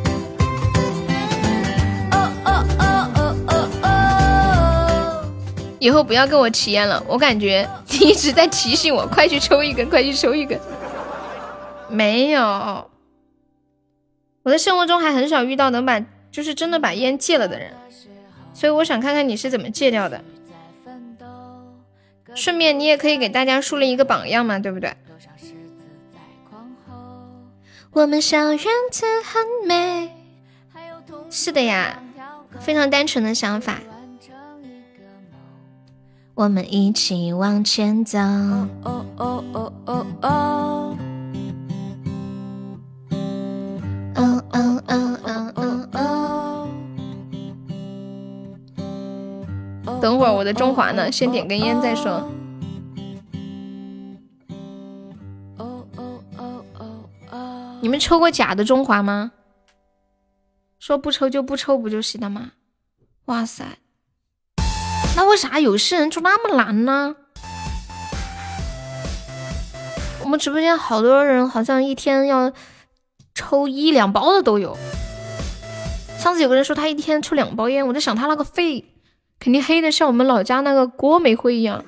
[SPEAKER 1] 哦哦哦哦哦哦。以后不要跟我提烟了，我感觉你一直在提醒我，快去抽一根，快去抽一根。没有。我在生活中还很少遇到能把就是真的把烟戒了的人，所以我想看看你是怎么戒掉的，顺便你也可以给大家树立一个榜样嘛，对不对？我们小院子很美，是的呀，非常单纯的想法，我们一起往前走。哦哦哦哦哦哦。嗯嗯嗯嗯嗯嗯。等会儿我的中华呢，先点根烟再说。你们抽过假的中华吗？说不抽就不抽不就行了吗？哇塞，那为啥有些人就那么懒呢？我们直播间好多人好像一天要抽一两包的都有。上次有个人说他一天抽两包烟，我在想他那个肺肯定黑的像我们老家那个郭煤灰一样。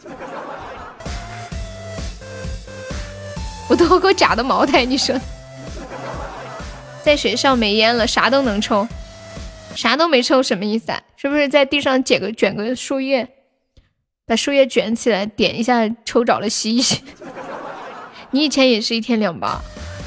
[SPEAKER 1] 我都喝过假的茅台，你说在学校没烟了，啥都能抽，啥都没抽什么意思啊？是不是在地上捡个卷个树叶，把树叶卷起来点一下，抽着了吸一吸？你以前也是一天两包？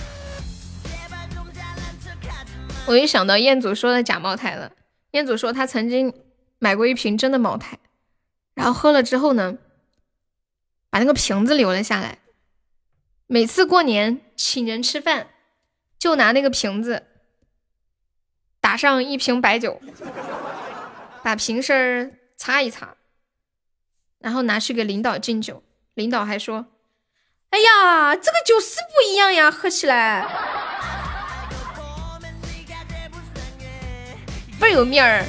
[SPEAKER 1] 我一想到彦祖说的假茅台了，彦祖说他曾经买过一瓶真的茅台，然后喝了之后呢，把那个瓶子留了下来，每次过年请人吃饭就拿那个瓶子打上一瓶白酒，把瓶身擦一擦，然后拿去给领导敬酒，领导还说，哎呀，这个酒是不一样呀，喝起来倍儿有面儿。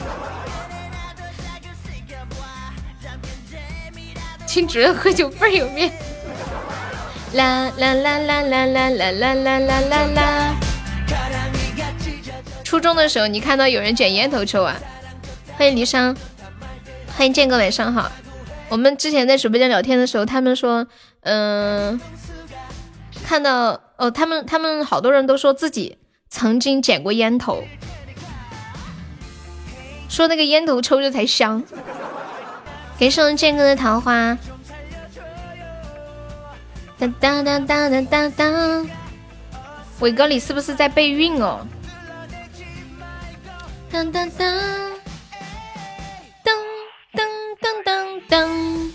[SPEAKER 1] 请主任喝酒倍儿有面。啦啦啦啦啦啦啦啦啦啦啦啦。初中的时候，你看到有人卷烟头抽啊？欢迎离殇，欢迎建哥晚上好。我们之前在直播间聊天的时候，他们说，嗯、呃，看到哦，他们他们好多人都说自己曾经捡过烟头。说那个烟头抽着才香， 给送剑哥的桃花。当当当当当当当，伟哥你是不是在备孕哦？当当当，噔噔噔噔噔，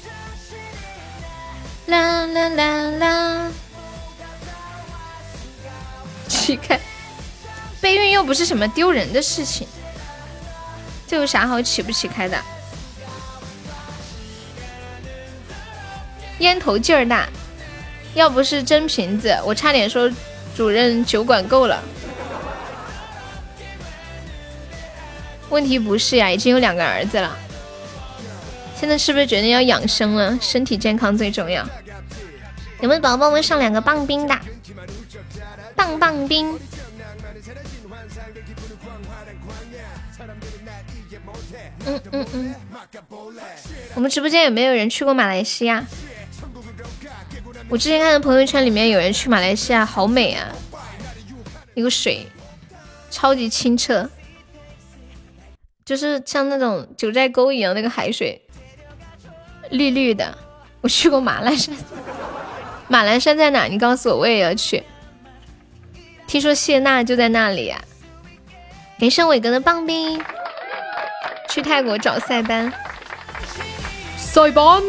[SPEAKER 1] 啦啦啦啦。起开，备孕又不是什么丢人的事情，这有啥好起不起开的？烟头劲儿大，要不是真瓶子，我差点说主任酒管够了。问题不是呀，已经有两个儿子了，现在是不是决定要养生了？身体健康最重要。有没有宝宝们上两个棒冰的？棒棒冰。嗯嗯嗯。我们直播间有没有人去过马来西亚？我之前看的朋友圈里面有人去马来西亚，好美啊！那个水超级清澈，就是像那种九寨沟一样，那个海水绿绿的。我去过马栏山，马栏山在哪？你告诉我，我也要去。听说谢娜就在那里啊！给盛伟哥的棒冰，去泰国找塞班，塞班。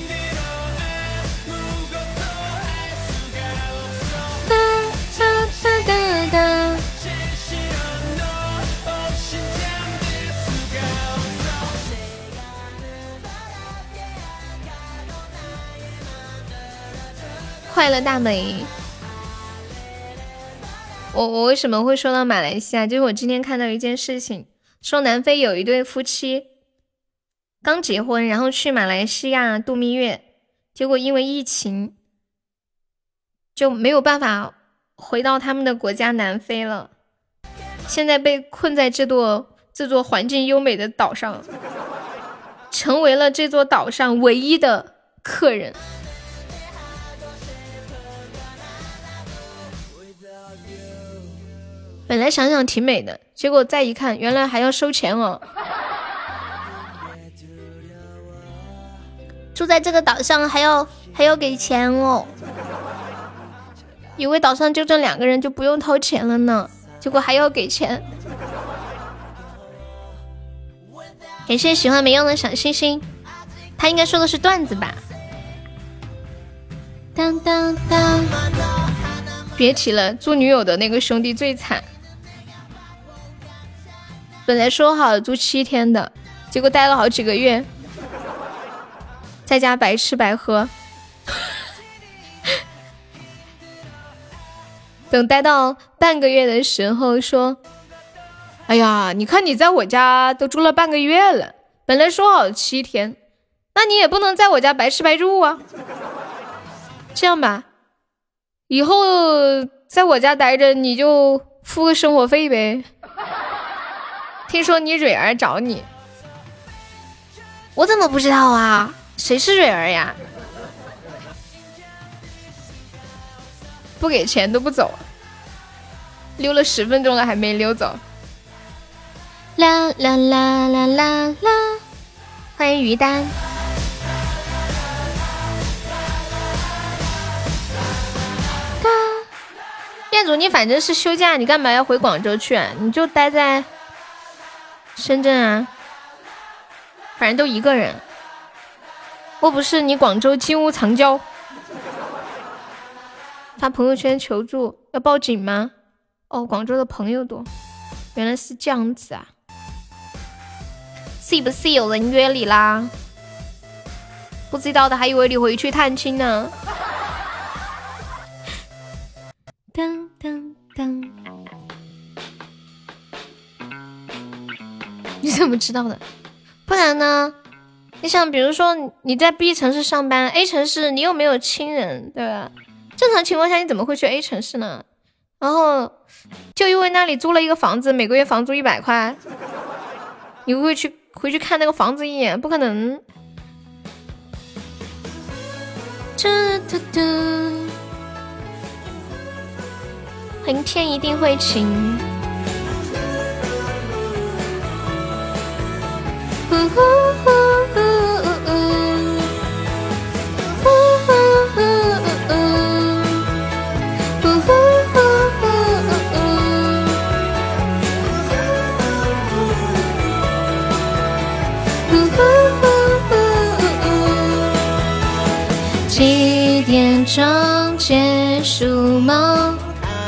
[SPEAKER 1] 快乐大美。我我为什么会说到马来西亚？就是我今天看到一件事情，说南非有一对夫妻刚结婚，然后去马来西亚度蜜月，结果因为疫情就没有办法回到他们的国家南非了，现在被困在这座这座环境优美的岛上，成为了这座岛上唯一的客人。本来想想挺美的，结果再一看，原来还要收钱哦。住在这个岛上还要还要给钱哦。以为岛上就这两个人就不用掏钱了呢，结果还要给钱。感谢喜欢没用的小星星，他应该说的是段子吧？当当当！别提了，做女友的那个兄弟最惨。本来说好住七天的，结果待了好几个月，在家白吃白喝。等待到半个月的时候说，哎呀，你看你在我家都住了半个月了，本来说好七天，那你也不能在我家白吃白住啊。这样吧，以后在我家待着你就付个生活费呗。听说你蕊儿找你，我怎么不知道啊？谁是蕊儿呀？不给钱都不走，溜了十分钟了还没溜走。啦啦啦啦啦啦！欢迎于丹。店主，你反正是休假，你干嘛要回广州去啊？你就待在深圳啊，反正都一个人。我不是你广州金屋藏娇。发朋友圈求助，要报警吗？哦，广州的朋友多，原来是这样子啊！是不是有人约你啦？不知道的还以为你回去探亲呢。当当当！你怎么知道的？不然呢？你想，比如说你在 B 城市上班 ，A 城市你又没有亲人，对吧？正常情况下你怎么会去 A 城市呢？然后就因为那里租了一个房子，每个月房租一百块，你会去回去看那个房子一眼？不可能。明天一定会晴。呼呼呼呼呼几点钟结束梦？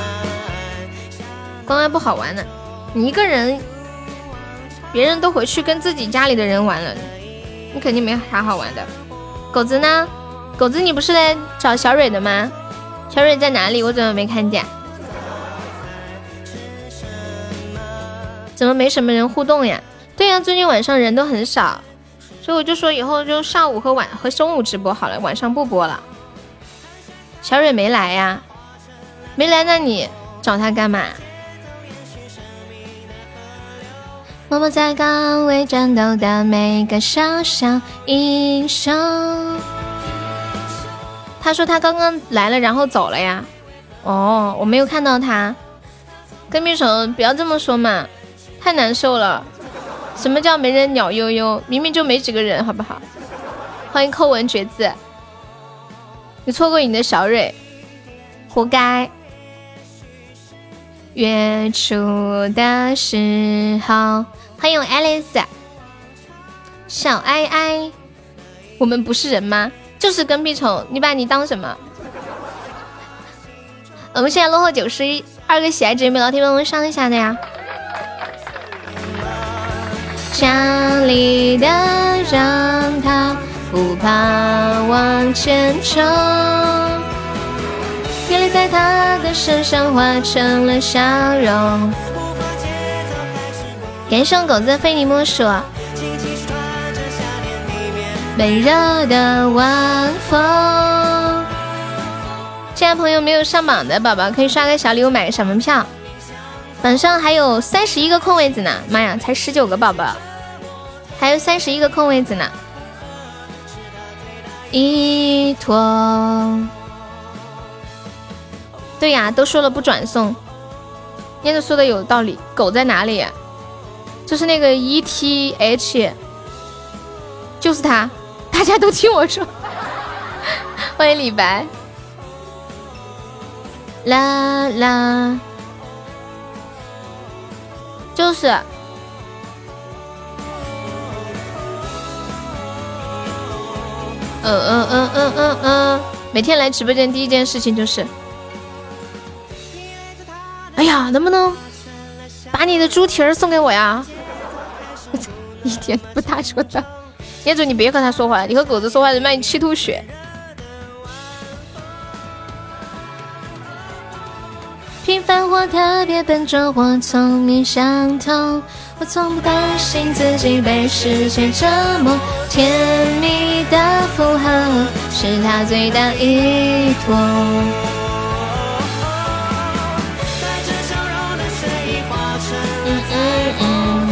[SPEAKER 1] 关外不好玩呢，你一个人，别人都回去跟自己家里的人玩了，你肯定没啥好玩的。狗子呢？狗子，你不是来找小蕊的吗？小蕊在哪里？我怎么没看见？怎么没什么人互动呀？对呀，最近晚上人都很少，所以我就说以后就上午和晚和中午直播好了，晚上不播了。小蕊没来呀？没来，那你找他干嘛？默默在岗位战斗的每个小小英雄。他说他刚刚来了，然后走了呀。哦，我没有看到他。跟屁虫不要这么说嘛，太难受了。什么叫没人鸟悠悠？明明就没几个人，好不好？欢迎叩文绝字，你错过你的小蕊，活该。月初的时候，欢迎 Alice， 小哀哀，我们不是人吗？就是跟屁虫，你把你当什么？我们现在落后九十二个喜爱值，有没有老铁帮我们上一下的呀？家里的让他不怕往前冲，眼泪在他的身上化成了笑容。感谢狗子的非你莫属，闷热的晚风。现在朋友没有上榜的宝宝可以刷个小礼物买个小门票，榜上还有三十一个空位子呢。妈呀，才十九个宝宝，还有三十一个空位子呢。依托，对呀，都说了不转送，燕子说的有道理。狗在哪里？就是那个 E T H， 就是他，大家都听我说。欢迎李白。啦啦，就是，嗯嗯嗯嗯嗯嗯，每天来直播间第一件事情就是，哎呀，能不能把你的猪蹄儿送给我呀？一点不大说的，业主你别和他说话，你和狗子说话人把你气吐血。平凡或特别笨拙或聪明相同，我从不担心自己被世界折磨，甜蜜的负荷是他最大依托。嗯嗯嗯，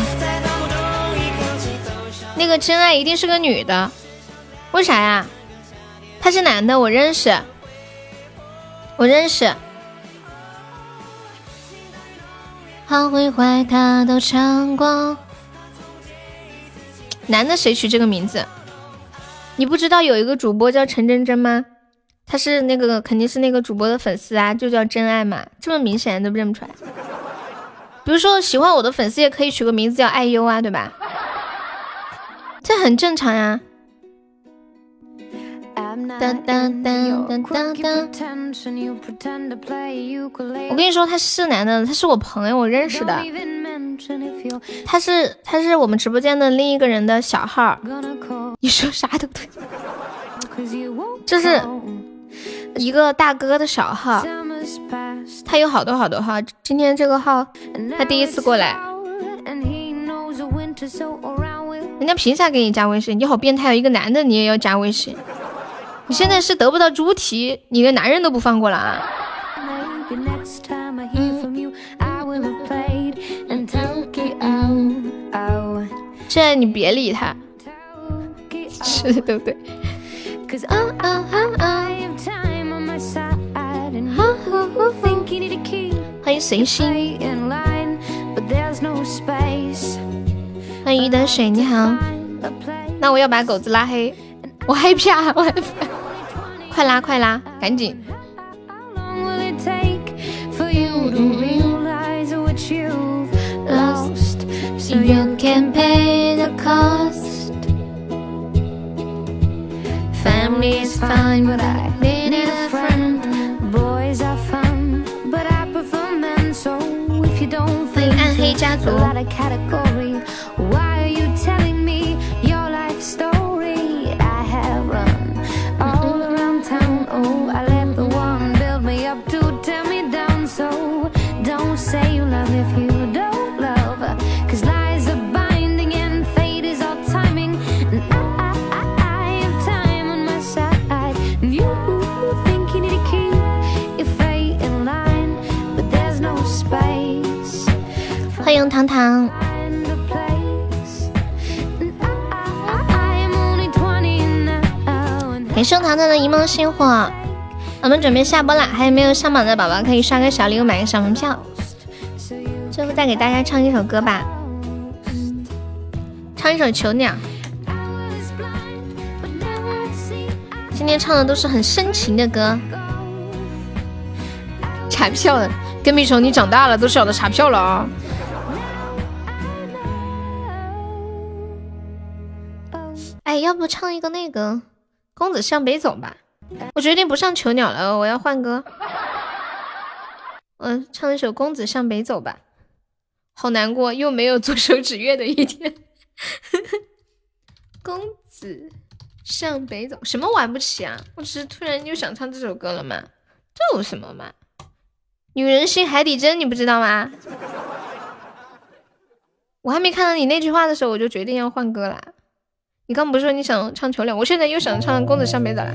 [SPEAKER 1] 那个真爱一定是个女的，为啥呀？他是男的，我认识，我认识。好会坏他都尝过。男的谁取这个名字？你不知道有一个主播叫陈真真吗？他是那个肯定是那个主播的粉丝啊，就叫真爱嘛，这么明显都认不出来。比如说喜欢我的粉丝也可以取个名字叫爱优啊，对吧？这很正常呀。当当当当当当，我跟你说他是男的，他是我朋友，我认识的，他是他是我们直播间的另一个人的小号。你说啥都对，就是一个大哥的小号，他有好多好多号，今天这个号他第一次过来，人家凭啥给你加微信？你好变态，一个男的你也要加微信？你现在是得不到猪蹄，你连男人都不放过了啊！嗯，这你别理他，是的，对不对？欢迎随心，欢迎鱼得水，你好。那我要把狗子拉黑，我害怕，我害怕。快拉快拉，赶紧！
[SPEAKER 6] fine, but I need a friend. Boys are fun, but I prefer men. So if you don't think a lot of category, why are you telling me your life story? I have run all around town. Oh, I let the one build me up to tear me down. So don't say you love if you don't love, 'cause lies are binding and fate is all timing. And I, I, I have time on my side. And you think you need to keep your fate in line, but there's no space.
[SPEAKER 1] 欢迎糖糖。感谢糖糖的一梦星火，我们准备下播啦！还有没有上榜的宝宝可以刷个小礼物，买个小门票。最后再给大家唱一首歌吧，唱一首《囚鸟》。今天唱的都是很深情的歌。查票了，跟屁虫，你长大了都晓得查票了啊！哎，要不唱一个那个？公子向北走吧，我决定不上囚鸟了，我要换歌。我唱一首《公子向北走吧》，好难过，又没有做手指月的一天。公子向北走，什么玩不起啊？我只是突然就想唱这首歌了嘛，这有什么嘛？女人心海底针，你不知道吗？我还没看到你那句话的时候，我就决定要换歌啦。你刚不是说你想唱囚鸟，我现在又想唱公子向北走了。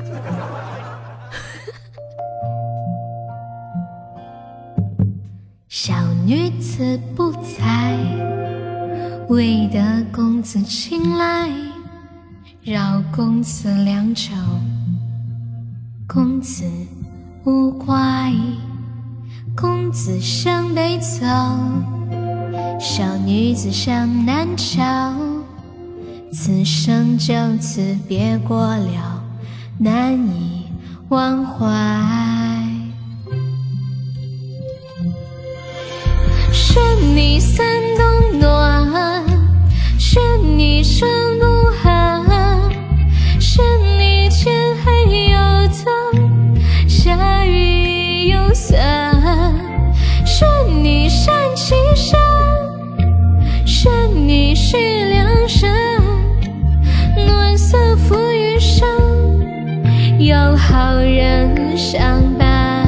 [SPEAKER 6] 小女子不才，为得公子青睐，绕公子良久，公子无怪。公子向北走，小女子向南瞧。此生就此别过了，难以忘怀。是你三冬暖，是你生不寒，是你天黑又灯，下雨又伞，是你善其身，是你蓄良深。暖色浮余生，有好人相伴。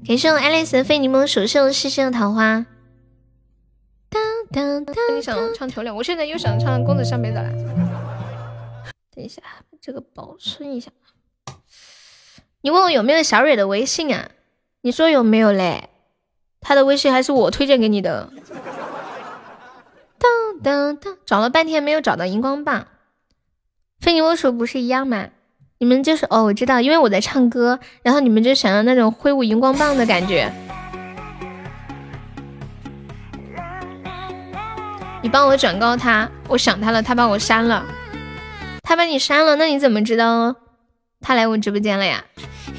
[SPEAKER 1] 感谢我爱丽丝的非柠檬首秀失声的桃花。当当当，你想唱求了，我现在又想唱公子上辈子了。等一下，这个保存一下。你问我有没有小蕊的微信啊？你说有没有嘞？他的微信还是我推荐给你的。当当当，找了半天没有找到荧光棒。非你莫属不是一样吗？你们就是哦，我知道，因为我在唱歌，然后你们就想要那种挥舞荧光棒的感觉。你帮我转告他，我想他了，他把我删了。他把你删了，那你怎么知道他来我直播间了呀？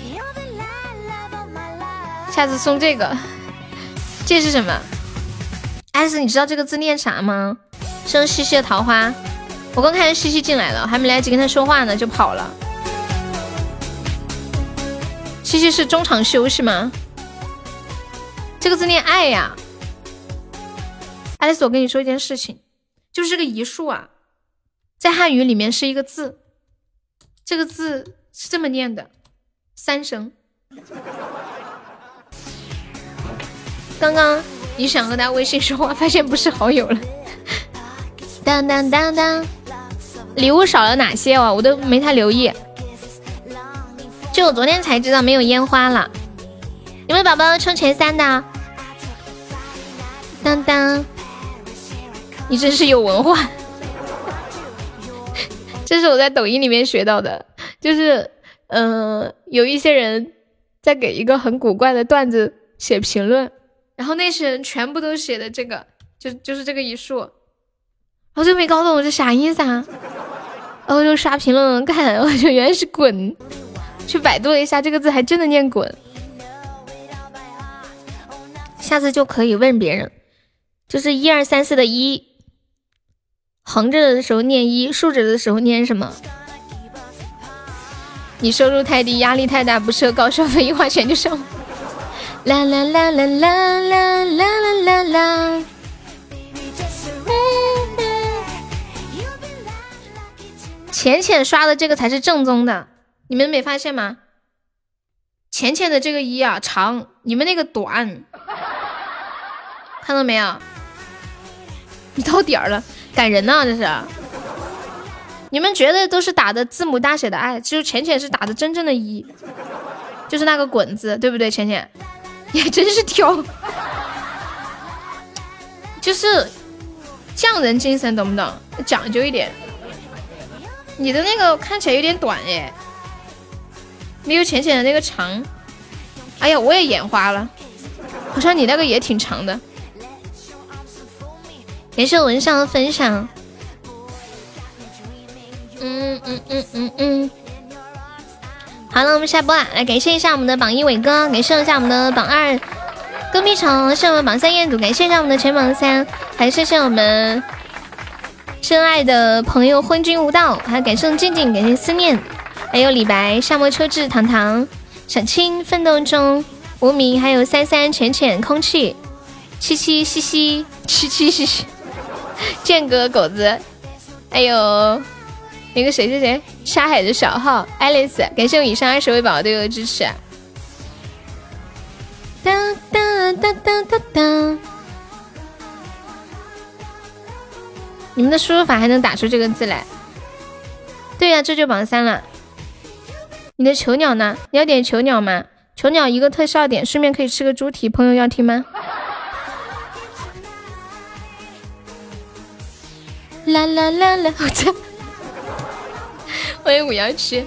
[SPEAKER 1] 下次送这个，这是什么？艾斯，你知道这个字念啥吗？生西西的桃花。我刚看见西西进来了，还没来得及跟他说话呢，就跑了。西西是中场休息吗？这个字念爱呀。艾斯，我跟你说一件事情，就是这个一数啊，在汉语里面是一个字，这个字是这么念的，三声。刚刚你想和他微信说话，发现不是好友了。当当当当，礼物少了哪些哦？我都没太留意，就我昨天才知道没有烟花了。有没有宝宝冲前三的？当当，你真是有文化。这是我在抖音里面学到的，就是嗯、呃，有一些人在给一个很古怪的段子写评论，然后那些人全部都写的这个，就就是这个一数。我就没搞懂这啥意思啊，然后就刷评论看，我就原来是滚，去百度了一下，这个字还真的念滚。下次就可以问别人，就是一二三四的一，横着的时候念一，竖着的时候念什么？你收入太低，压力太大，不适合高消费，一花钱就上。啦啦啦啦啦啦啦啦啦。浅浅刷的这个才是正宗的，你们没发现吗？浅浅的这个一啊长，你们那个短，看到没有？你到点儿了，感人呐、啊、这是。你们觉得都是打的字母大写的爱，其实浅浅是打的真正的一，就是那个滚字，对不对？浅浅也真是挑，就是匠人精神，懂不懂？讲究一点。你的那个看起来有点短耶，没有浅浅的那个长。哎呀，我也眼花了，好像你那个也挺长的。感谢文上的分享。嗯嗯嗯嗯嗯。好了，我们下播啦！来感谢一下我们的榜一伟哥，感谢一下我们的榜二戈壁城，谢我们榜三彦祖，感谢一下我们的全榜三，还谢谢我们深爱的朋友昏君无道，还有感谢静静，感谢思念，还有李白、夏末秋至、糖糖、小青、奋斗中、无名，还有三三、浅浅、空气、七七、西西、七七、西西、剑哥、狗子，还有那个谁谁谁，沙海的小号、爱丽丝，感谢我以上二十位宝宝对我的支持。哒哒哒哒哒哒。你们的输入法还能打出这个字来？对呀、啊，这就榜三了。你的囚鸟呢？你要点囚鸟吗？囚鸟一个特效点，顺便可以吃个猪蹄，朋友要听吗？啦啦啦啦！我操！欢迎五幺七。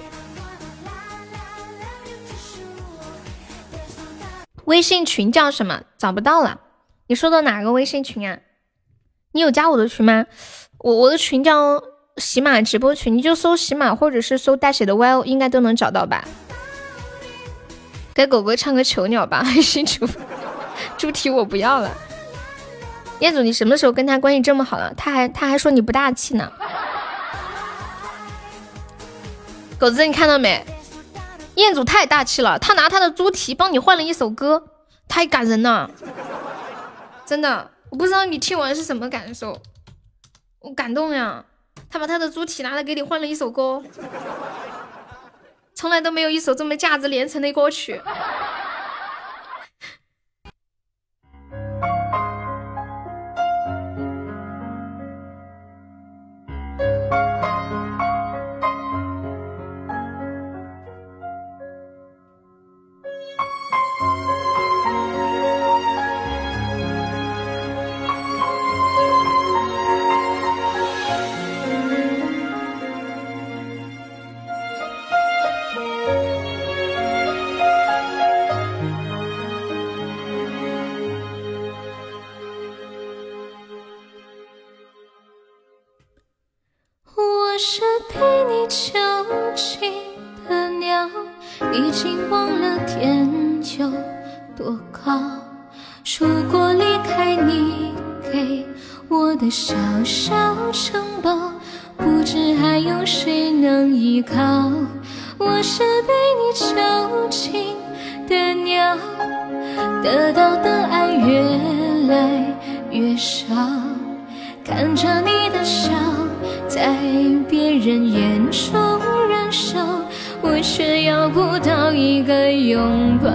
[SPEAKER 1] 微信群叫什么？找不到了。你说的哪个微信群啊？你有加我的群吗？我我的群叫喜马直播群，你就搜喜马或者是搜大写的 Y O， 应该都能找到吧。给狗狗唱个囚鸟吧，新主猪蹄我不要了。彦祖，你什么时候跟他关系这么好了？他还他还说你不大气呢。狗子，你看到没？彦祖太大气了，他拿他的猪蹄帮你换了一首歌，太感人了，真的。我不知道你听完是什么感受，我感动呀！他把他的猪蹄拿来给你换了一首歌，从来都没有一首这么价值连城的歌曲。 囚禁的鸟，已经忘了天有多高。如果离开你给我的小小城堡，不知还有谁能依靠。我是被你囚禁的鸟，得到的爱越来越少，看着你的笑在别人眼中燃烧，我却要不到一个拥抱。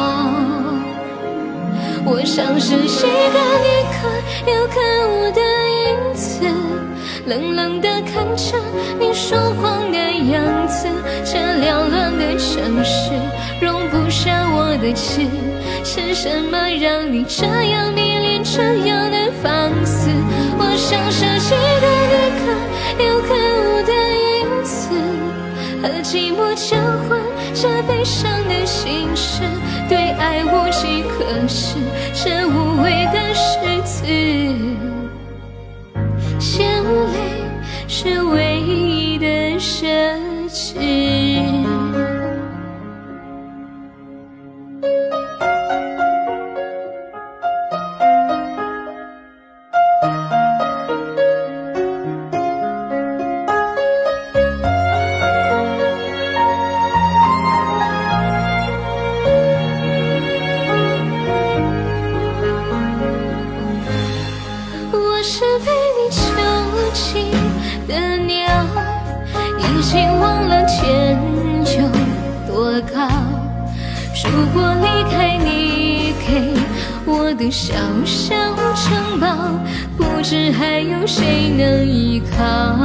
[SPEAKER 1] 我像是几个你可有可无的影子，冷冷地看着你说谎的样子，这缭乱的城市容不下我的痴，是什么让你这样迷恋，这样的放肆？我像是几个你可有可无的影子，和寂寞交换这悲伤的心事，对爱无计可施，这无谓的诗词。眼泪是唯一的奢侈。我是被你囚禁的鸟，已经忘了天有多高。如果离开你给我的小小城堡，不知还有谁能依靠。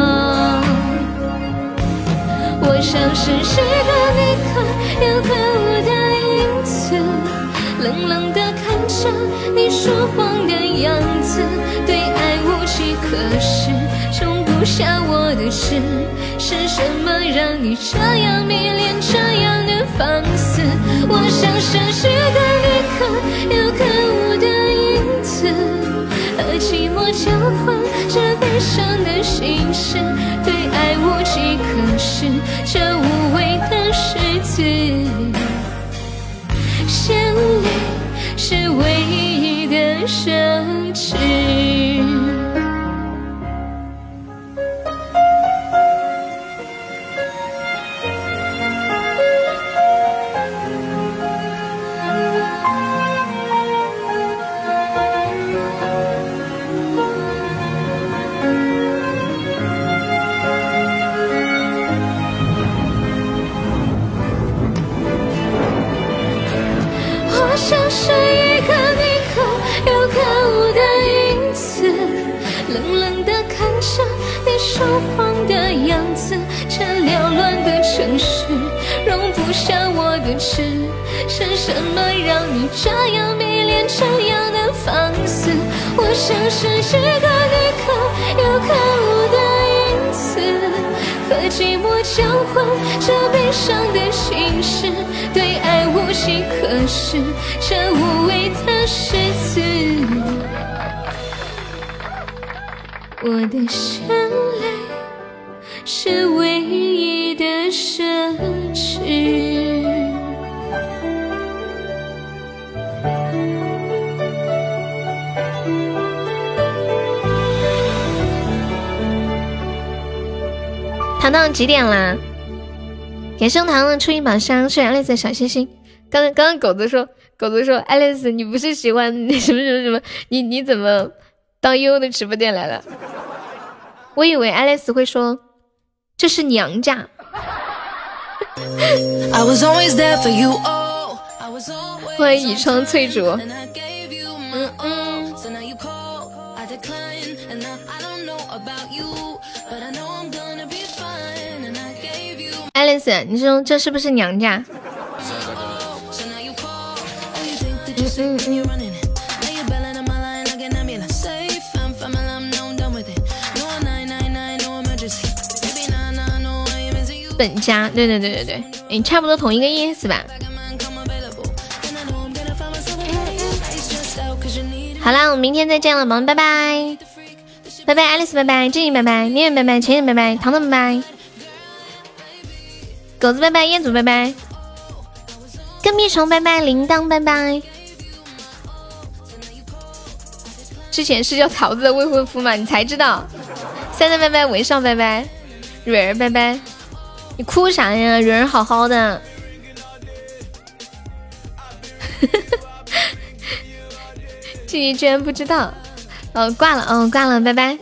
[SPEAKER 1] 我像是几个你可有可无的影子，冷冷地看着你说谎的样子，对爱无计可施，容不下我的痴，是什么让你这样迷恋，这样的放肆？我像是几个你可有可无的影子，和寂寞交换这悲伤的心事，对爱无计可施，这无谓的诗词。眼泪是唯一的奢侈。我像是一个你可有可无的影子，冷冷地看着你说谎的样子，这缭乱的城市容不下我的痴，是什么让你这样迷恋，这样的放肆？我像是几个你可有可无的影子，和寂寞交换这悲伤的心事，对爱无计可施，这无谓的诗词。我的眼泪是唯一的奢侈。糖糖几点啦？感谢糖糖初一宝箱，谢谢爱丽丝的小心心。刚刚刚刚狗子说，狗子说，爱丽丝你不是喜欢那什么什么什么，你你怎么到悠悠的直播间来了？我以为爱丽丝会说这是娘家。欢迎倚窗翠竹。嗯嗯。爱丽丝，你说这是不是娘家？嗯嗯嗯。本家，对对对对对，你差不多同一个意思吧。好啦，我们明天再见了，宝宝们，拜拜，拜拜，爱丽丝，拜拜，静怡，拜拜，念念，拜拜，浅浅，拜拜，糖糖，拜拜。 狗子拜拜，彦祖拜拜，跟屁虫拜拜，铃铛拜拜。之前是叫桃子的未婚夫吗？你才知道。三三拜拜，文少拜拜，蕊儿拜拜。你哭啥呀？蕊儿好好的。静怡居然不知道，哦，挂了，哦，挂了，拜拜。